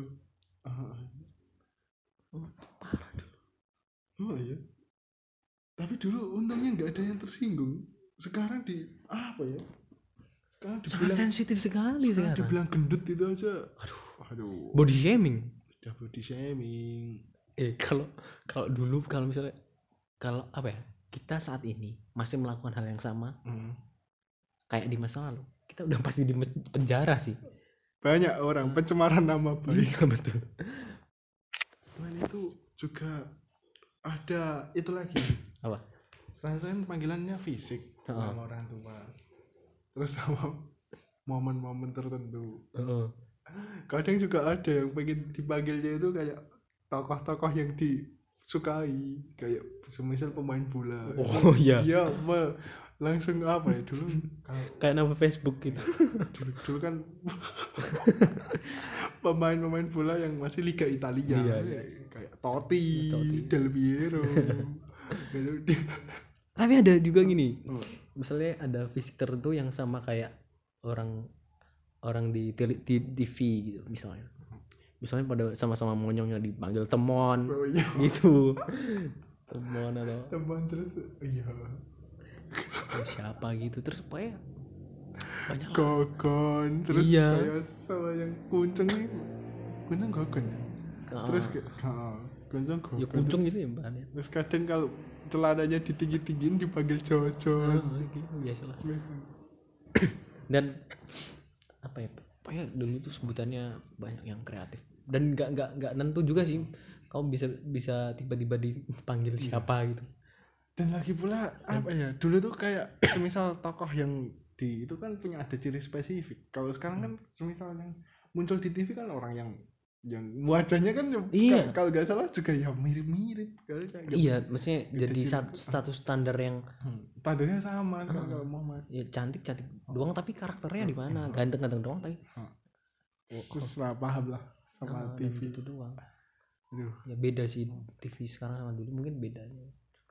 Parah dulu. Oh iya. Tapi dulu untungnya nggak ada yang tersinggung. Sekarang apa ya? Sangat sensitif sekali sekarang. Dibilang gendut itu aja. Aduh. Body shaming. Udah body shaming. Kalau dulu, kalau misalnya apa ya, kita saat ini masih melakukan hal yang sama kayak di masa lalu, kita udah pasti di penjara sih. Banyak orang pencemaran nama baik. Iya betul. Selain itu juga ada itu lagi. Apa? Selain panggilannya fisik sama orang tua, terus sama momen-momen tertentu. Kadang juga ada yang pengen dipanggilnya itu kayak tokoh-tokoh yang disukai, kayak semisal pemain bola. Oh iya. Iya, langsung apa ya dulu kayak nama Facebook gitu. Dulu kan pemain bola yang masih Liga Italia. Iya. Kayak Totti, Del Piero. Tapi ada juga gini. Misalnya ada fisik tertentu yang sama kayak orang di TV gitu misalnya pada sama-sama monyongnya dipanggil temon. Gitu. Temon terus iya. Siapa gitu, terus pokoknya banyak Gogon, terus kayak sama yang kuncung Gogon ya. Terus kuncung Gogon. Ya kuncung gitu ya bahannya. Terus kadang kalau celananya ditinggi-tinggiin dipanggil Jojon. Gitu biasalah. Dan apa ya, pokoknya dulu tuh sebutannya banyak yang kreatif dan nggak nentu juga sih, kamu bisa tiba-tiba dipanggil siapa gitu. Dan lagi pula apa ya? Dulu tuh kayak semisal tokoh yang di itu kan punya ada ciri spesifik. Kalau sekarang kan semisal yang muncul di TV kan orang yang wajahnya kan Iya. kalau nggak salah juga ya mirip-mirip. Iya, maksudnya Beda jadi ciri. status standar yang Tandanya sama kalau Muhammad. ya cantik doang tapi karakternya di mana? Ganteng doang tapi Terus lah paham lah sama dan TV. gitu doang. Aduh, Ya beda sih TV sekarang sama dulu mungkin bedanya.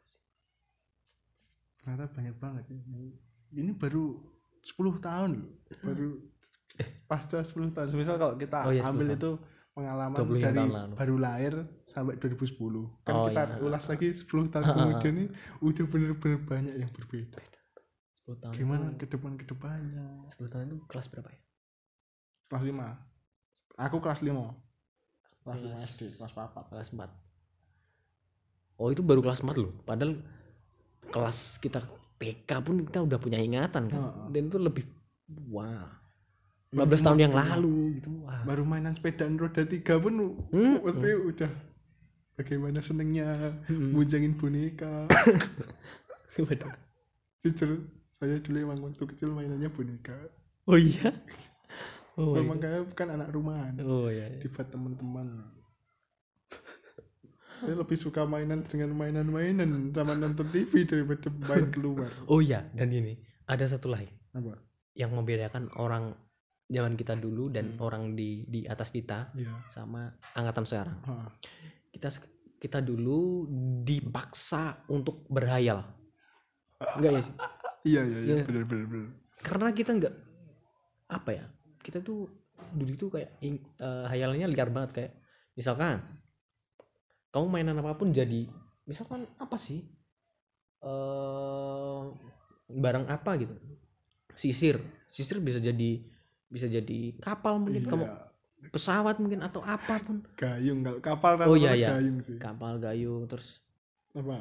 ternyata banyak banget ya. Ini baru 10 tahun loh. Baru pasca 10 tahun. Misal kalau kita Oh iya, 10 ambil tahun. itu pengalaman 20 dari tahun lalu. baru lahir sampai 2010. Kan Oh, kita iya. ulas lagi 10 tahun kemudian ini udah bener-bener banyak yang berbeda. 10 tahun. Gimana ke depannya? 10 tahun itu kelas berapa ya? Kelas 5. Aku kelas 5. Kelas 5 SD, kelas 4. Kelas 4. Oh, itu baru kelas 4 loh. Padahal kelas kita TK pun kita udah punya ingatan kan. Dan itu lebih wah. 15 tahun yang lalu gitu. Wah. Baru mainan sepedaan roda 3 pun pasti udah bagaimana senengnya munjangin boneka. Waduh. Jujur saya dulu emang waktu kecil mainannya boneka. Oh iya. Oh, memang kayak bukan anak rumahan. Oh iya. Dibuat teman-teman. Saya lebih suka mainan dengan mainan-mainan sama nonton TV daripada main keluar. Oh iya, dan ini ada satu lagi. Apa? Yang membedakan orang zaman kita dulu dan orang di atas kita sama angkatan sekarang. Kita dulu dipaksa untuk berhayal. Enggak ya sih? Iya. Bener. Karena kita enggak apa ya? Kita tuh dulu itu kayak hayalannya liar banget kayak misalkan kamu mainan apapun jadi misalkan apa sih? Barang apa gitu. Sisir bisa jadi kapal mungkin kamu pesawat mungkin atau apapun. Gayung kalau kapal gayung sih. Kapal gayung terus apa?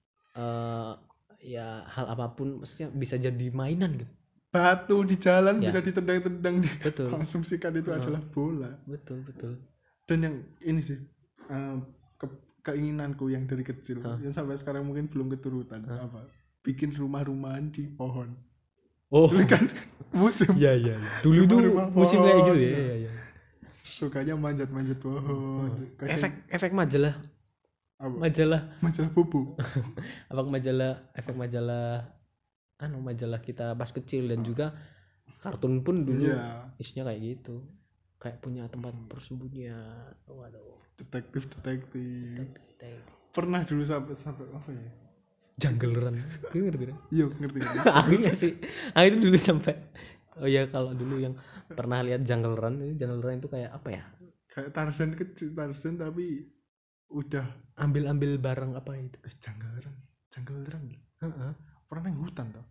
Ya hal apapun maksudnya bisa jadi mainan gitu. Batu di jalan bisa ditendang-tendang. Betul. Asumsikan itu adalah bola. Betul. Dan yang ini sih keinginanku yang dari kecil yang sampai sekarang mungkin belum keturutan apa? Bikin rumah-rumahan di pohon. Oh, dulu kan musim. Iya. Dulu itu musim kayak gitu ya. Iya. Sukanya manjat-manjat pohon. Efek majalah. Apa? Majalah Bobo. Efek majalah kita pas kecil dan juga kartun pun dulu isinya kayak gitu. Kayak punya tempat persembunyian. Waduh. Detektif. Pernah dulu sampai apa ya? Jungle Run. Ngerti? Iya, ngerti. Aku nggak sih. Aku itu dulu sampai kalau dulu yang pernah lihat Jungle Run itu kayak apa ya? Kayak Tarzan tapi udah ambil barang apa itu? Jungle Run. Pernah yang hutan toh?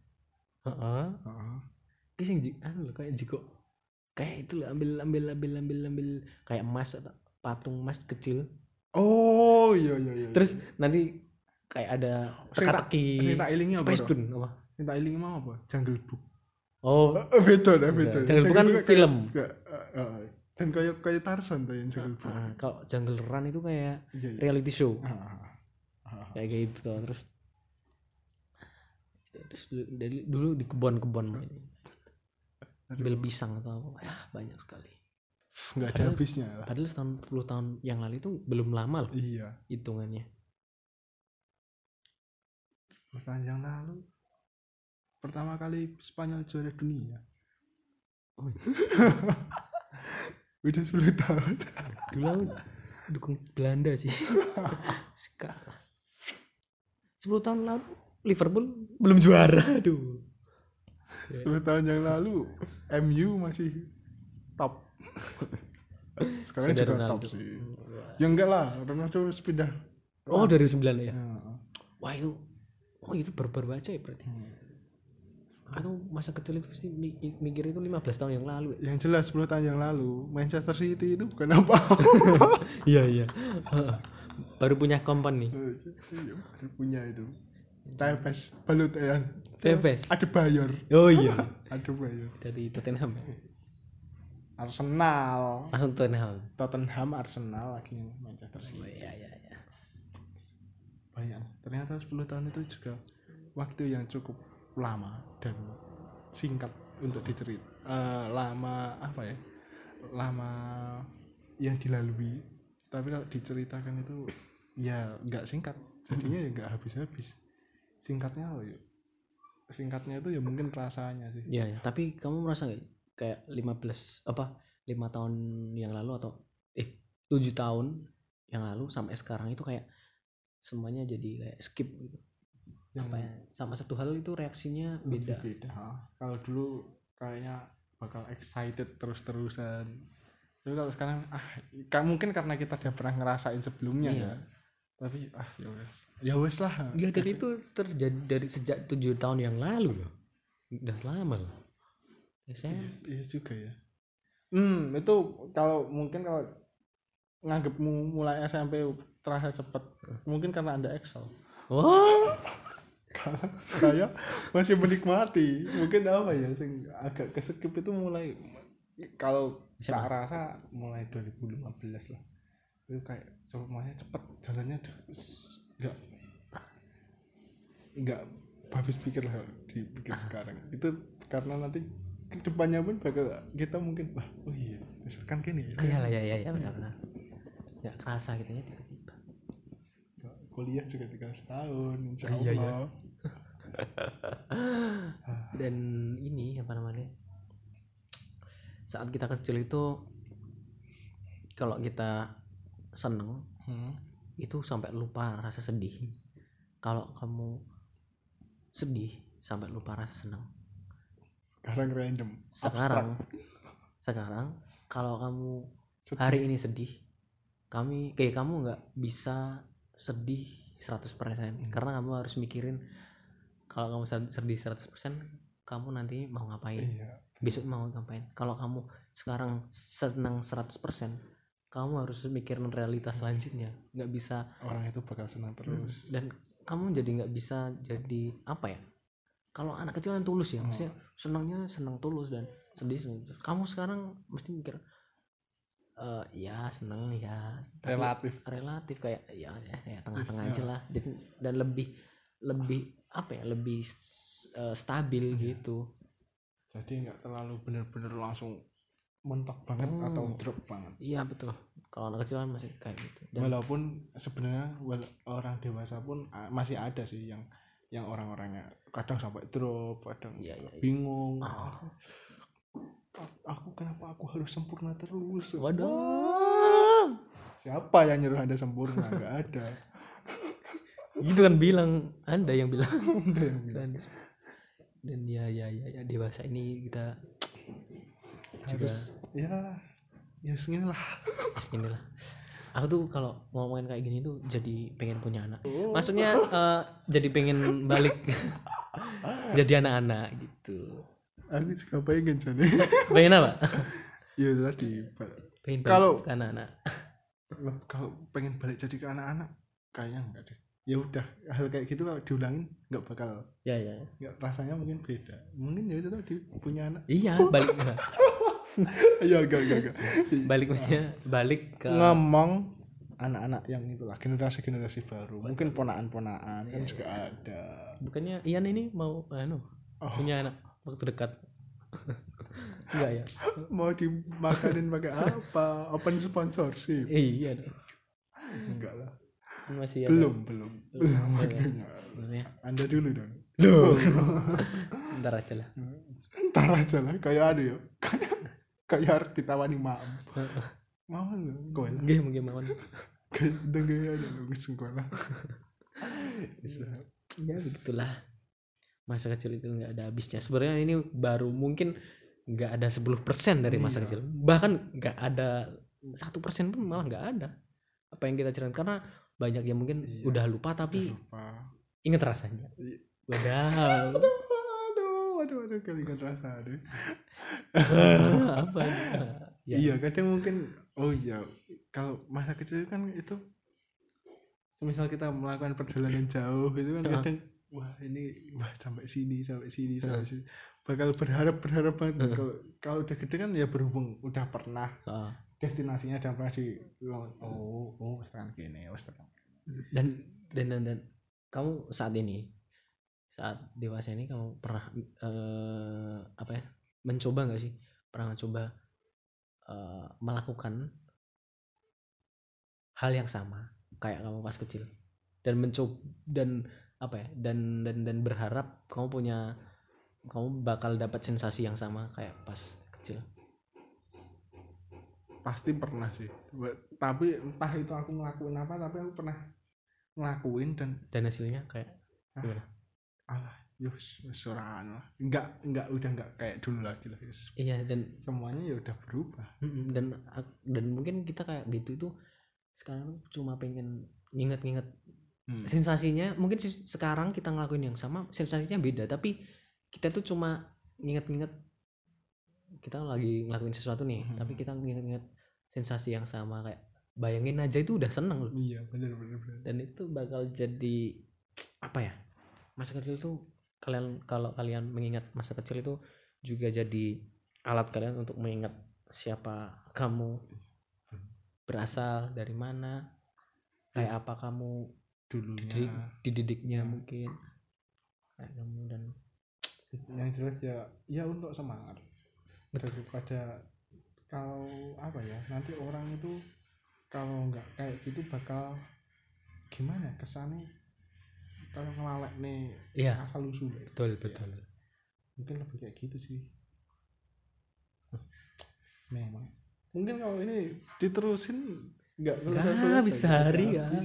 Ini sing kayak jiko. Kayak itu loh ambil kayak emas atau patung emas kecil. Oh, iya. Terus nanti kayak ada teka-teki Space Tune apa? Minta ilingi mau apa? Jungle Book. Oh, beda. Jungle Book kan film. Dan kayak Tarzan tuh yang Jungle Book. Kalau Jungle Run itu kayak reality show. Kayak gitu terus dulu di kebun main. Ambil pisang atau apa? Ya, banyak sekali. Enggak ada habisnya. Padahal 10 tahun yang lalu itu belum lama loh. Iya. Hitungannya. 10 tahun yang lalu pertama kali Spanyol juara dunia. Udah 10 tahun. Dulu aku dukung Belanda sih. Sekarang 10 tahun lalu Liverpool belum juara. Aduh. 10 tahun yang lalu MU masih top. Sekarang juga Ronaldo. Top sih. Ya enggak lah, Ronaldo pindah. Oh, dari 9 ya. Wah, itu baru baca ya berarti. Atau masa kecil itu pasti mikir itu 15 tahun yang lalu ya? Yang jelas 10 tahun yang lalu Manchester City itu bukan apa. Iya. Baru punya company. Iya, baru punya itu. Tevez, balut ya. Tevez. Ada Bayer. Oh iya. Ada Bayer. Dari Tottenham. Arsenal. Langsung Tottenham, Arsenal lagi Manchester City. Oh, iya. banyak. Ternyata 10 tahun itu juga waktu yang cukup lama dan singkat untuk dicerita. Lama apa ya? Lama yang dilalui. Tapi kalau diceritakan itu ya nggak singkat. Jadinya ya nggak habis-habis. Singkatnya apa ya? Singkatnya itu ya mungkin rasanya sih. Ya, ya. Tapi kamu merasa nggak kayak 5 tahun yang lalu atau 7 tahun yang lalu sampai sekarang itu kayak semuanya jadi kayak skip gitu. Apa ya? Sama satu hal itu reaksinya beda. Kalau dulu kayaknya bakal excited terus-terusan. Tapi kalau sekarang mungkin karena kita udah pernah ngerasain sebelumnya ya. Tapi ya wes lah. Ya, dan itu terjadi dari sejak 7 tahun yang lalu loh. Udah lama loh. Iya juga ya. Itu kalau nganggapmu mulai SMP terasa cepat. Mungkin karena Anda Excel. Wah. Saya masih menikmati. Mungkin apa ya sing agak keskip itu mulai kalau tak rasa mulai 2015 lah. Itu kayak semuanya cepet jalannya nggak habis pikir lah dipikir sekarang. Itu karena nanti kedepannya pun bakal kita mungkin oh iya kan gini ya benar nggak kerasa gitu ya tiba-tiba. Kuliah juga 3 tahun insya Allah. Dan ini apa namanya, saat kita kecil itu kalau kita seneng itu sampai lupa rasa sedih. Kalau kamu sedih sampai lupa rasa seneng. Sekarang random. Sekarang kalau kamu hari ini sedih, kamu nggak bisa sedih 100%, karena kamu harus mikirin kalau kamu sedih 100% kamu nanti mau ngapain, besok mau ngapain. Kalau kamu sekarang senang 100%, kamu harus mikirin realitas selanjutnya. Nggak bisa orang itu bakal senang terus. Dan kamu jadi nggak bisa jadi apa ya, kalau anak kecil kan tulus ya, maksudnya senangnya senang tulus dan sedih senang. Kamu sekarang mesti mikir ya senang ya relatif kayak ya tengah-tengah aja lah, dan lebih apa ya, lebih stabil gitu. Jadi nggak terlalu bener-bener langsung mentok banget atau drop banget. Iya betul, kalau anak kecil kan masih kayak gitu. Dan walaupun sebenarnya orang dewasa pun masih ada sih yang orang-orangnya kadang sampai drop, kadang bingung. Aku kenapa aku harus sempurna terus? Waduh. Siapa yang nyuruh Anda sempurna? Nggak ada. Itu kan Anda yang bilang. Dan ya dewasa ini kita harus juga ya seginilah. Aku tuh kalau ngomongin kayak gini tuh jadi pengen punya anak. Maksudnya jadi pengen balik jadi anak-anak gitu. Aku juga pengen jadi. Pengen apa? Ya tadi. Pengen balik ke anak-anak. Kalau pengen balik jadi ke anak-anak kayaknya enggak deh. Ya udah, hal kayak gitu kalau diulangin nggak bakal. Ya. Nggak, rasanya mungkin beda. Mungkin ya itu tadi punya anak. Iya, balik. Iya, enggak. Balik ke ngomong anak-anak yang itulah, generasi baru. Mungkin ponaan-ponaan kan juga ada. Bukannya Ian ini mau punya anak waktu dekat? Enggak ya? Mau dimakanin pakai apa? Open sponsorship. Iya. Enggak lah. Masih belum. Ya. Anda dulu dong. Ntar aja lah. Kayak ada ya. Kayak harus ditawani maaf. Mau enggak? Kowe lah. Nggih, mungkin mawon. Kayak dengar aja lu sekolah. Ya begitulah. Masa kecil itu enggak ada habisnya. Sebenarnya ini baru mungkin enggak ada 10% dari masa kecil. Bahkan enggak ada 1% pun malah enggak ada. Apa yang kita ceritakan, karena banyak yang mungkin udah lupa tapi ingat rasanya. Waduh. Aduh, kali ingat rasa aduh. Apa ya? Iya, kadang mungkin kalau masa kecil kan itu misal kita melakukan perjalanan jauh itu kan kadang sampai sini bakal berharap banget. Kalau udah gede kan ya berhubung udah pernah destinasinya dan pernah wes tekan gini. Dan kamu saat dewasa ini kamu pernah mencoba nggak sih, pernah mencoba melakukan hal yang sama kayak kamu pas kecil dan mencoba dan berharap kamu bakal dapat sensasi yang sama kayak pas kecil? Pasti pernah sih, tapi entah itu aku ngelakuin apa, tapi aku pernah ngelakuin dan hasilnya kayak gimana? Yus suraan lah, udah nggak kayak dulu lagi lah, yus. Iya, dan semuanya ya udah berubah. Dan mungkin kita kayak gitu itu sekarang cuma pengen nginget-nginget sensasinya. Mungkin sekarang kita ngelakuin yang sama, sensasinya beda, tapi kita tuh cuma nginget-nginget kita lagi ngelakuin sesuatu nih, tapi kita nginget-nginget sensasi yang sama, kayak bayangin aja itu udah seneng loh. Iya, bener. Dan itu bakal jadi apa ya, masa kecil tuh kalau kalian mengingat masa kecil itu juga jadi alat kalian untuk mengingat siapa kamu, berasal dari mana, kayak apa kamu dulunya, dididiknya mungkin kayak kamu. Dan yang jelas ya untuk semangat. Daripada kalau apa ya, nanti orang itu kalau nggak kayak gitu bakal gimana kesannya, kalau ngelalek nih asal usul. Betul. Mungkin lebih kayak gitu sih. Memang mungkin kalau ini diterusin nggak bisa hari ya.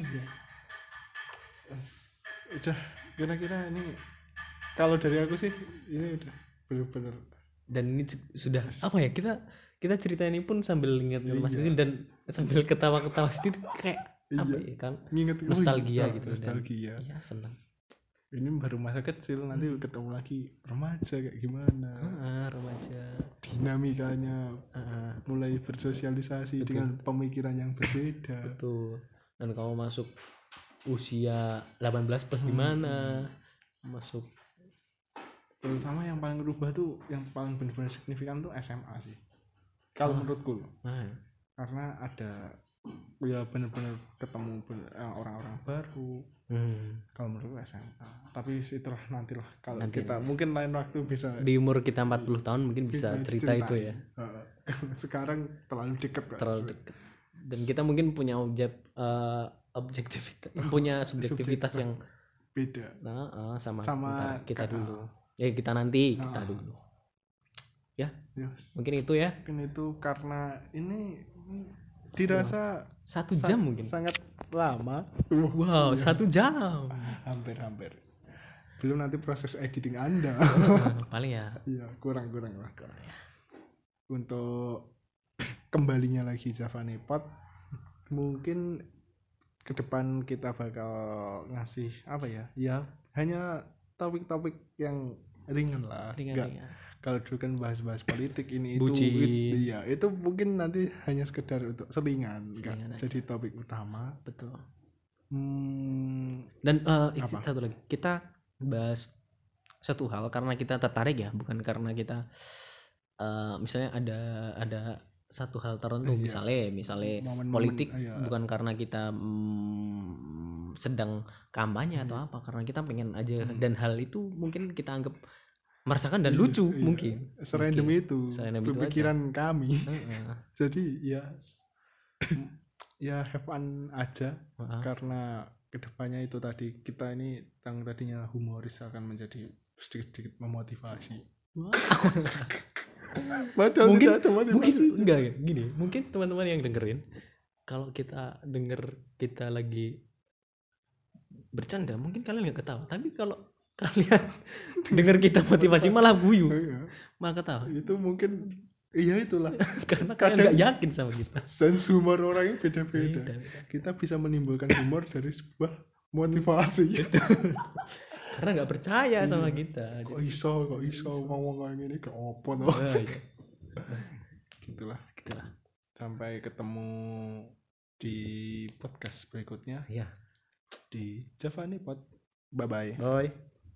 Udah, kira-kira ini kalau dari aku sih ini udah bener-bener. Dan ini sudah apa ya, kita cerita ini pun sambil ingat masa kecil dan sambil ketawa-ketawa sendiri kayak apa ya kan, nostalgia gitu. Nostalgia. Iya, senang. Ini baru masa kecil, nanti ketemu lagi remaja kayak gimana. Remaja. Dinamikanya mulai bersosialisasi. Betul. Dengan pemikiran yang berbeda. Betul. Dan kamu masuk usia 18 plus gimana? Masuk. Terutama yang paling berubah tuh, yang paling benar-benar signifikan tuh SMA sih. Kalau menurutku. Karena ada ya benar-benar ketemu orang-orang baru. Kalau menurut SMA, tapi itulah nantilah kalau kita mungkin lain waktu bisa, di umur kita 40 tahun mungkin bisa cerita itu ya. Sekarang terlalu dekat dan kita mungkin punya objektivitas, punya subjektivitas yang beda sama kita dulu kita nanti kita dulu ya. Mungkin itu karena ini dirasa 1 jam mungkin sangat lama. Wow, 1 jam. Hampir. Belum nanti proses editing Anda. Paling ya. Iya, kurang lah. Untuk kembalinya lagi Javanepod, mungkin ke depan kita bakal ngasih apa ya? Ya, hanya topik-topik yang ringan lah. Kalau dulu kan bahas-bahas politik ini itu mungkin nanti hanya sekedar untuk selingan, enggak jadi topik utama. Betul. Dan satu lagi, kita bahas satu hal karena kita tertarik ya, bukan karena kita misalnya ada satu hal tertentu, misalnya politik, bukan karena kita sedang kampanye atau apa, karena kita pengen aja. Dan hal itu mungkin kita anggap merasakan dan lucu. Mungkin serandom itu pemikiran kami. Jadi ya have fun aja. Karena kedepannya itu tadi, kita ini yang tadinya humoris akan menjadi sedikit memotivasi. Mungkin enggak ya, gini, mungkin teman-teman yang dengerin, kalau kita denger kita lagi bercanda mungkin kalian nggak ketawa, tapi kalau kalian dengar kita motivasi malah guyu, malah ketawa. Itu mungkin itulah karena kalian nggak yakin sama kita. Sense humor orangnya beda-beda. Kita bisa menimbulkan humor dari sebuah motivasi. Karena nggak percaya sama kita. Kok iso ngomong kayak gini, ke opo toh. Gitulah. Sampai ketemu di podcast berikutnya. Iya. Di Javanepod. Bye.